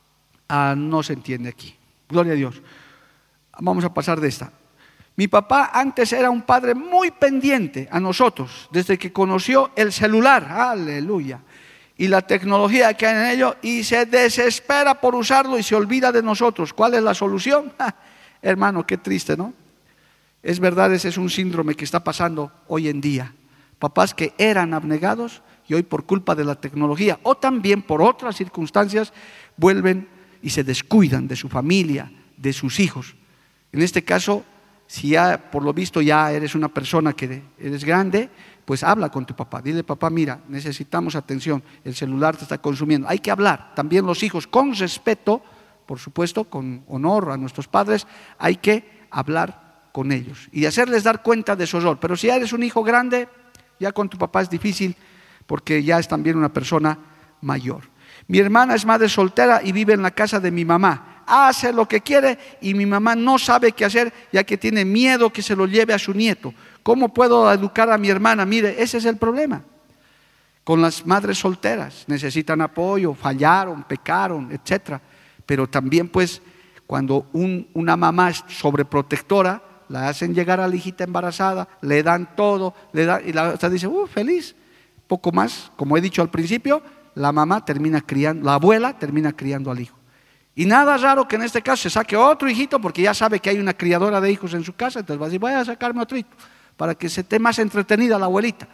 no se entiende aquí? Gloria a Dios. Vamos a pasar de esta. Mi papá antes era un padre muy pendiente a nosotros, desde que conoció el celular, aleluya, y la tecnología que hay en ello, y se desespera por usarlo y se olvida de nosotros. ¿Cuál es la solución? Hermano, qué triste, ¿no? Es verdad, ese es un síndrome que está pasando hoy en día. Papás que eran abnegados y hoy por culpa de la tecnología o también por otras circunstancias vuelven y se descuidan de su familia, de sus hijos. En este caso, si ya por lo visto ya eres una persona que eres grande, pues habla con tu papá. Dile, papá, mira, necesitamos atención, el celular te está consumiendo. Hay que hablar, también los hijos, con respeto, por supuesto, con honor a nuestros padres, hay que hablar con ellos y hacerles dar cuenta de su error. Pero si ya eres un hijo grande, ya con tu papá es difícil porque ya es también una persona mayor. Mi hermana es madre soltera y vive en la casa de mi mamá. Hace lo que quiere y mi mamá no sabe qué hacer, ya que tiene miedo que se lo lleve a su nieto. ¿Cómo puedo educar a mi hermana? Mire, ese es el problema con las madres solteras. Necesitan apoyo, fallaron, pecaron, etc. Pero también pues cuando una mamá es sobreprotectora, la hacen llegar a la hijita embarazada, le dan todo, y la otra dice, feliz. Poco más, como he dicho al principio, la mamá termina criando, la abuela termina criando al hijo. Y nada raro que en este caso se saque otro hijito porque ya sabe que hay una criadora de hijos en su casa, entonces va a decir, voy a sacarme otro hijo para que se esté más entretenida la abuelita.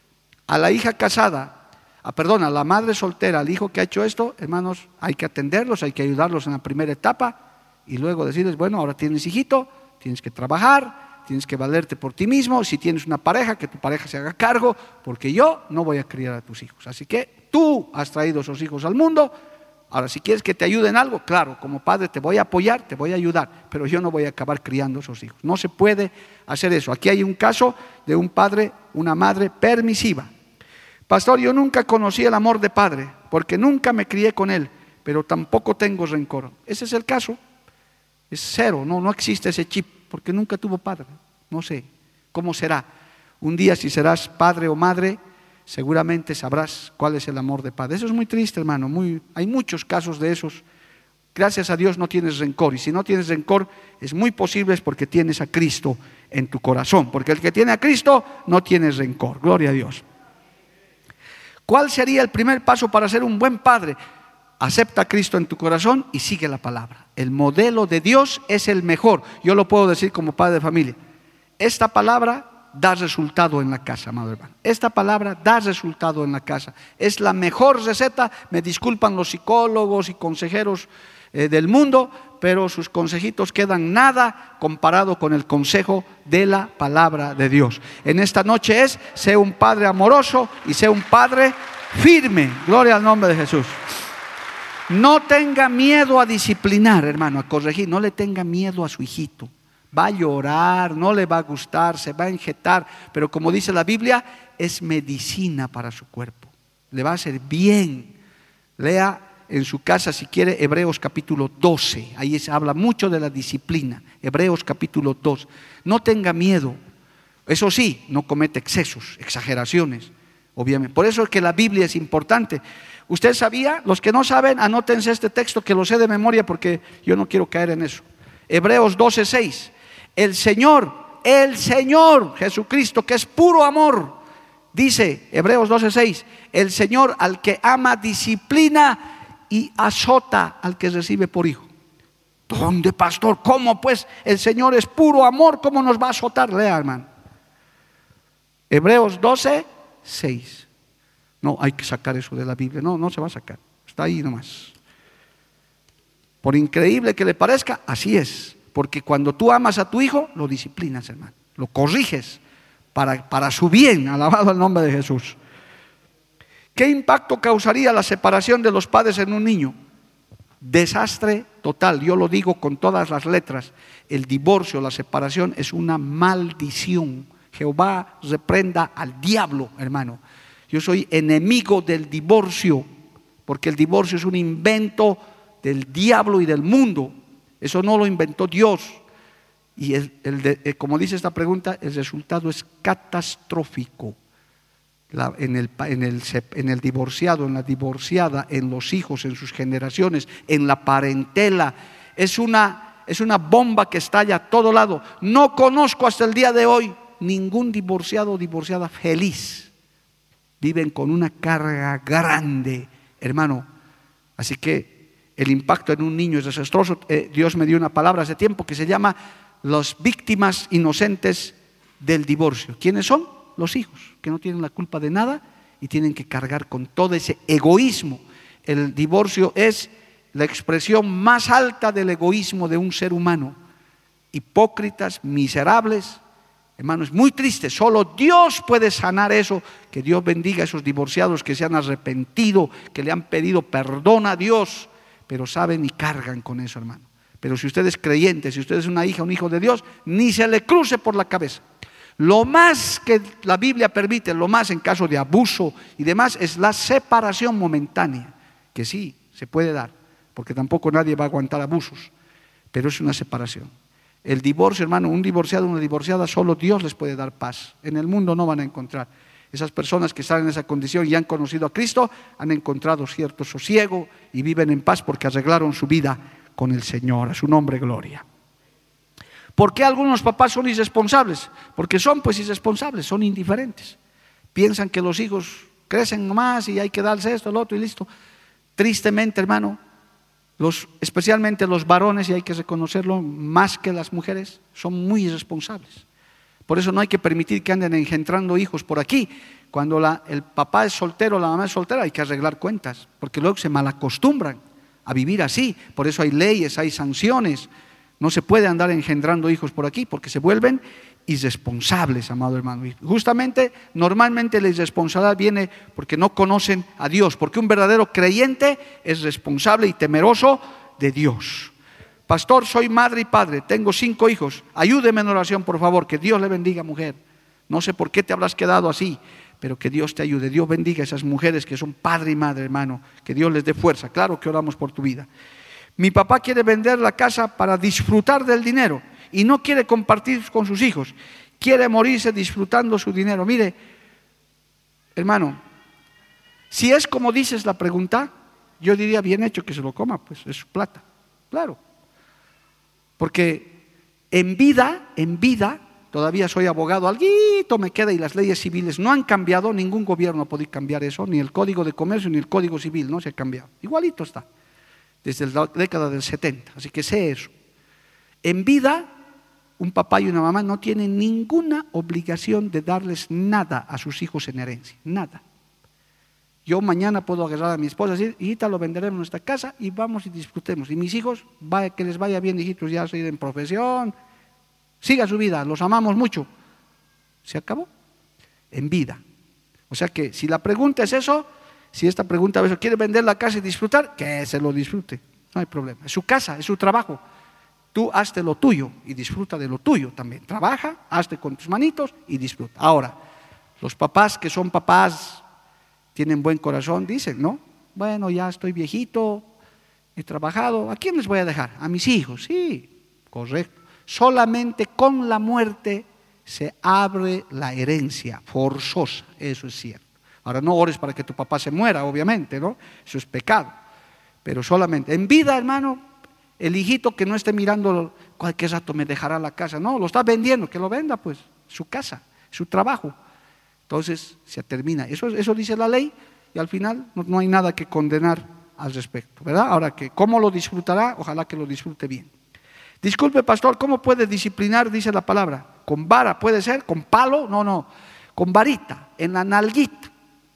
A la hija casada, a la madre soltera, al hijo que ha hecho esto, hermanos, hay que atenderlos, hay que ayudarlos en la primera etapa y luego decirles, bueno, ahora tienes hijito, tienes que trabajar, tienes que valerte por ti mismo, si tienes una pareja, que tu pareja se haga cargo, porque yo no voy a criar a tus hijos. Así que tú has traído esos hijos al mundo. Ahora, si quieres que te ayude en algo, claro, como padre te voy a apoyar, te voy a ayudar, pero yo no voy a acabar criando a esos hijos. No se puede hacer eso. Aquí hay un caso de un padre, una madre permisiva. Pastor, yo nunca conocí el amor de padre, porque nunca me crié con él, pero tampoco tengo rencor. Ese es el caso. Es cero, no existe ese chip, porque nunca tuvo padre. No sé cómo será. Un día, si serás padre o madre, seguramente sabrás cuál es el amor de padre. Eso es muy triste, hermano. Hay muchos casos de esos. Gracias a Dios no tienes rencor. Y si no tienes rencor, es muy posible es porque tienes a Cristo en tu corazón. Porque el que tiene a Cristo no tiene rencor. Gloria a Dios. ¿Cuál sería el primer paso para ser un buen padre? Acepta a Cristo en tu corazón y sigue la palabra. El modelo de Dios es el mejor. Yo lo puedo decir como padre de familia. Esta palabra da resultado en la casa, amado hermano. Esta palabra da resultado en la casa. Es la mejor receta. Me disculpan los psicólogos y consejeros del mundo, pero sus consejitos quedan nada comparado con el consejo de la palabra de Dios. En esta noche sé un padre amoroso y sé un padre firme. Gloria al nombre de Jesús. No tenga miedo a disciplinar, hermano, a corregir. No le tenga miedo a su hijito. Va a llorar, no le va a gustar, se va a injetar, pero como dice la Biblia, es medicina para su cuerpo. Le va a hacer bien. Lea en su casa, si quiere, Hebreos capítulo 12. Ahí se habla mucho de la disciplina. Hebreos capítulo 2. No tenga miedo. Eso sí, no comete excesos, exageraciones, obviamente. Por eso es que la Biblia es importante. ¿Usted sabía? Los que no saben, anótense este texto que lo sé de memoria porque yo no quiero caer en eso. Hebreos 12:6. El Señor Jesucristo, que es puro amor, dice Hebreos 12:6, el Señor al que ama disciplina y azota al que recibe por hijo. ¿Dónde, pastor? ¿Cómo pues? El Señor es puro amor, ¿cómo nos va a azotar? Lea, hermano. Hebreos 12:6. No, hay que sacar eso de la Biblia. No se va a sacar. Está ahí nomás. Por increíble que le parezca, así es. Porque cuando tú amas a tu hijo, lo disciplinas, hermano. Lo corriges para su bien. Alabado el nombre de Jesús. ¿Qué impacto causaría la separación de los padres en un niño? Desastre total. Yo lo digo con todas las letras. El divorcio, la separación es una maldición. Jehová reprenda al diablo, hermano. Yo soy enemigo del divorcio, porque el divorcio es un invento del diablo y del mundo. Eso no lo inventó Dios. Y como dice esta pregunta, el resultado es catastrófico. En el divorciado, en la divorciada, en los hijos, en sus generaciones, en la parentela. Es una bomba que estalla a todo lado. No conozco hasta el día de hoy ningún divorciado o divorciada feliz. Viven con una carga grande, hermano. Así que el impacto en un niño es desastroso. Dios me dio una palabra hace tiempo que se llama las víctimas inocentes del divorcio. ¿Quiénes son? Los hijos, que no tienen la culpa de nada y tienen que cargar con todo ese egoísmo. El divorcio es la expresión más alta del egoísmo de un ser humano. Hipócritas, miserables. Hermano, es muy triste. Solo Dios puede sanar eso. Que Dios bendiga a esos divorciados que se han arrepentido, que le han pedido perdón a Dios, pero saben y cargan con eso, hermano. Pero si usted es creyente, si usted es una hija, un hijo de Dios, ni se le cruce por la cabeza. Lo más que la Biblia permite, lo más en caso de abuso y demás, es la separación momentánea, que sí, se puede dar, porque tampoco nadie va a aguantar abusos, pero es una separación. El divorcio, hermano, un divorciado, una divorciada, solo Dios les puede dar paz. En el mundo no van a encontrar. Esas personas que están en esa condición y han conocido a Cristo, han encontrado cierto sosiego y viven en paz porque arreglaron su vida con el Señor. A su nombre, gloria. ¿Por qué algunos papás son irresponsables? Porque son pues irresponsables, son indiferentes. Piensan que los hijos crecen más y hay que darles esto, lo otro y listo. Tristemente, hermano, especialmente los varones, y hay que reconocerlo más que las mujeres, son muy irresponsables. Por eso no hay que permitir que anden engendrando hijos por aquí. Cuando el papá es soltero, la mamá es soltera, hay que arreglar cuentas, porque luego se malacostumbran a vivir así. Por eso hay leyes, hay sanciones. No se puede andar engendrando hijos por aquí porque se vuelven irresponsables, amado hermano. Y justamente, normalmente la irresponsabilidad viene porque no conocen a Dios, porque un verdadero creyente es responsable y temeroso de Dios. Pastor, soy madre y padre, tengo 5 hijos, ayúdeme en oración, por favor, que Dios le bendiga, mujer. No sé por qué te habrás quedado así, pero que Dios te ayude. Dios bendiga a esas mujeres que son padre y madre, hermano, que Dios les dé fuerza. Claro que oramos por tu vida. Mi papá quiere vender la casa para disfrutar del dinero y no quiere compartir con sus hijos. Quiere morirse disfrutando su dinero. Mire, hermano, si es como dices la pregunta, yo diría bien hecho que se lo coma, pues es su plata. Claro. Porque en vida, todavía soy abogado, alguito me queda y las leyes civiles no han cambiado, ningún gobierno ha podido cambiar eso, ni el Código de Comercio ni el Código Civil, no se ha cambiado. Igualito está. Desde la década del 70, así que sé eso. En vida, un papá y una mamá no tienen ninguna obligación de darles nada a sus hijos en herencia, nada. Yo mañana puedo agarrar a mi esposa y decir, hijita, lo venderemos en nuestra casa y vamos y disfrutemos. Y mis hijos, que les vaya bien, hijitos, ya soy en profesión, siga su vida, los amamos mucho. Se acabó, en vida. O sea que si la pregunta es eso, si esta pregunta es, ¿quiere vender la casa y disfrutar? Que se lo disfrute, no hay problema. Es su casa, es su trabajo. Tú hazte lo tuyo y disfruta de lo tuyo también. Trabaja, hazte con tus manitos y disfruta. Ahora, los papás que son papás, tienen buen corazón, dicen, ¿no? Bueno, ya estoy viejito, he trabajado, ¿a quién les voy a dejar? A mis hijos, sí, correcto. Solamente con la muerte se abre la herencia forzosa, eso es cierto. Ahora no ores para que tu papá se muera, obviamente, ¿no? Eso es pecado. Pero solamente, en vida, hermano, el hijito que no esté mirando cualquier rato me dejará la casa, no, lo está vendiendo, que lo venda pues, su casa, su trabajo. Entonces se termina, eso dice la ley y al final no hay nada que condenar al respecto, ¿verdad? Ahora que cómo lo disfrutará, ojalá que lo disfrute bien. Disculpe pastor, ¿cómo puede disciplinar? Dice la palabra, con vara puede ser, con palo, no, con varita, en la nalguita.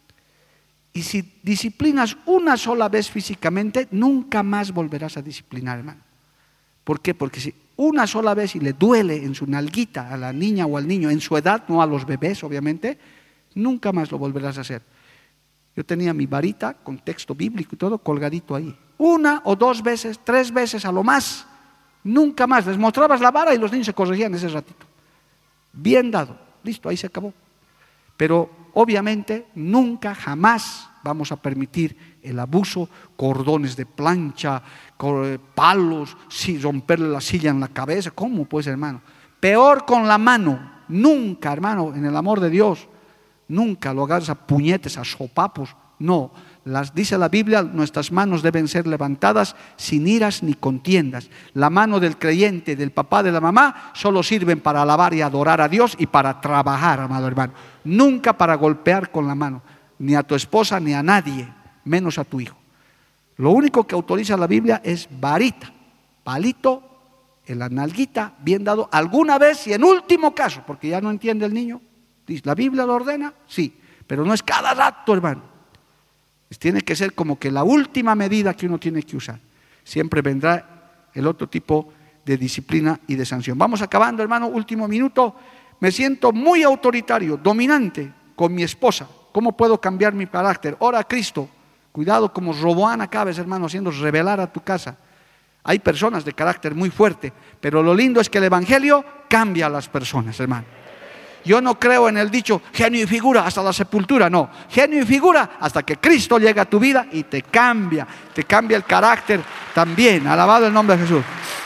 Y si disciplinas una sola vez físicamente, nunca más volverás a disciplinar, hermano. ¿Por qué? Porque si una sola vez y le duele en su nalguita a la niña o al niño, en su edad, no a los bebés obviamente, nunca más lo volverás a hacer. Yo tenía mi varita con texto bíblico y todo colgadito ahí. Una o dos veces, 3 veces a lo más, nunca más. Les mostrabas la vara y los niños se corregían ese ratito. Bien dado, listo, ahí se acabó. Pero obviamente nunca, jamás vamos a permitir el abuso, cordones de plancha, palos, romperle la silla en la cabeza. ¿Cómo pues, hermano? Peor con la mano, nunca, hermano, en el amor de Dios, nunca lo hagas a puñetes, a sopapos, no. Dice la Biblia, nuestras manos deben ser levantadas sin iras ni contiendas. La mano del creyente, del papá, de la mamá, solo sirven para alabar y adorar a Dios y para trabajar, amado hermano. Nunca para golpear con la mano, ni a tu esposa ni a nadie, menos a tu hijo. Lo único que autoriza la Biblia es varita, palito, en la nalguita, bien dado, alguna vez y en último caso, porque ya no entiende el niño. ¿La Biblia lo ordena? Sí, pero no es cada rato, hermano. Tiene que ser como que la última medida que uno tiene que usar. Siempre vendrá el otro tipo de disciplina y de sanción. Vamos acabando, hermano, último minuto. Me siento muy autoritario, dominante con mi esposa. ¿Cómo puedo cambiar mi carácter? Ora a Cristo. Cuidado como Roboán acabes, hermano, haciendo rebelar a tu casa. Hay personas de carácter muy fuerte, pero lo lindo es que el Evangelio cambia a las personas, hermano. Yo no creo en el dicho genio y figura hasta la sepultura, no. Genio y figura hasta que Cristo llega a tu vida y te cambia el carácter también. Alabado el nombre de Jesús.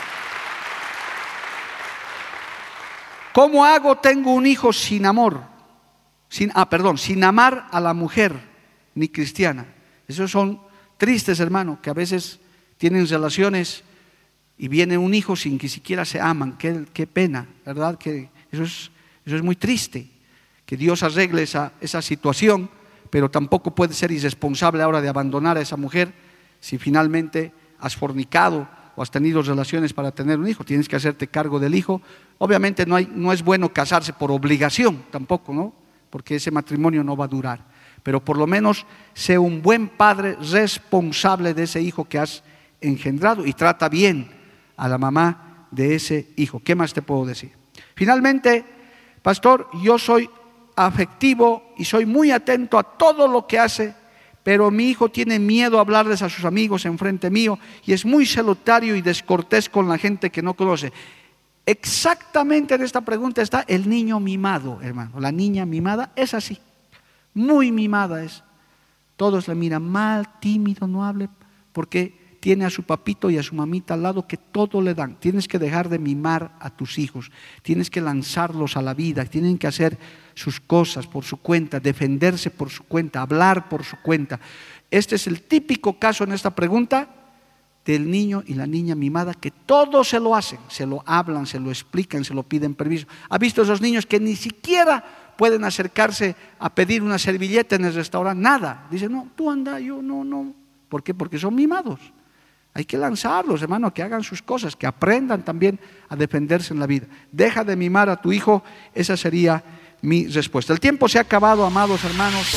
¿Cómo hago? Tengo un hijo sin amor, sin amar a la mujer ni cristiana. Esos son tristes, hermano, que a veces tienen relaciones y viene un hijo sin que siquiera se aman. Qué pena, ¿verdad? Que eso es muy triste, que Dios arregle esa situación, pero tampoco puede ser irresponsable ahora de abandonar a esa mujer si finalmente has fornicado o has tenido relaciones para tener un hijo. Tienes que hacerte cargo del hijo. Obviamente no es bueno casarse por obligación tampoco, ¿no? Porque ese matrimonio no va a durar. Pero por lo menos sé un buen padre responsable de ese hijo que has engendrado y trata bien a la mamá de ese hijo. ¿Qué más te puedo decir? Finalmente, pastor, yo soy afectivo y soy muy atento a todo lo que hace, pero mi hijo tiene miedo a hablarles a sus amigos enfrente mío y es muy solitario y descortés con la gente que no conoce. Exactamente en esta pregunta está el niño mimado, hermano. La niña mimada es así, muy mimada es. Todos la miran mal, tímido, no hable, porque tiene a su papito y a su mamita al lado que todo le dan. Tienes que dejar de mimar a tus hijos, tienes que lanzarlos a la vida, tienen que hacer sus cosas por su cuenta, defenderse por su cuenta, hablar por su cuenta. Este es el típico caso en esta pregunta del niño y la niña mimada, que todo se lo hacen, se lo hablan, se lo explican, se lo piden permiso. ¿Ha visto esos niños que ni siquiera pueden acercarse a pedir una servilleta en el restaurante? Nada, dicen, no, tú anda, yo no. ¿Por qué? Porque son mimados. Hay que lanzarlos, hermano, que hagan sus cosas, que aprendan también a defenderse en la vida. Deja de mimar a tu hijo, esa sería mi respuesta. El tiempo se ha acabado, amados hermanos.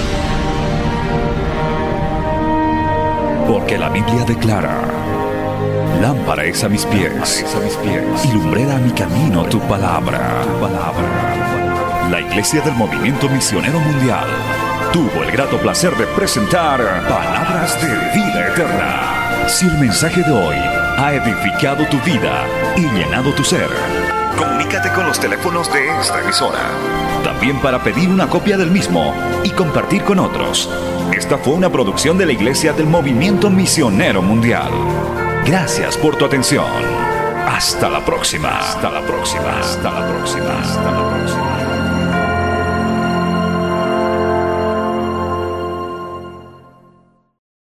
Porque la Biblia declara: lámpara es a mis pies, y lumbrera a mi camino tu palabra. La Iglesia del Movimiento Misionero Mundial tuvo el grato placer de presentar Palabras de Vida Eterna. Si el mensaje de hoy ha edificado tu vida y llenado tu ser, comunícate con los teléfonos de esta emisora. También para pedir una copia del mismo y compartir con otros. Esta fue una producción de la Iglesia del Movimiento Misionero Mundial. Gracias por tu atención. Hasta la próxima. Hasta la próxima. Hasta la próxima. Hasta la próxima.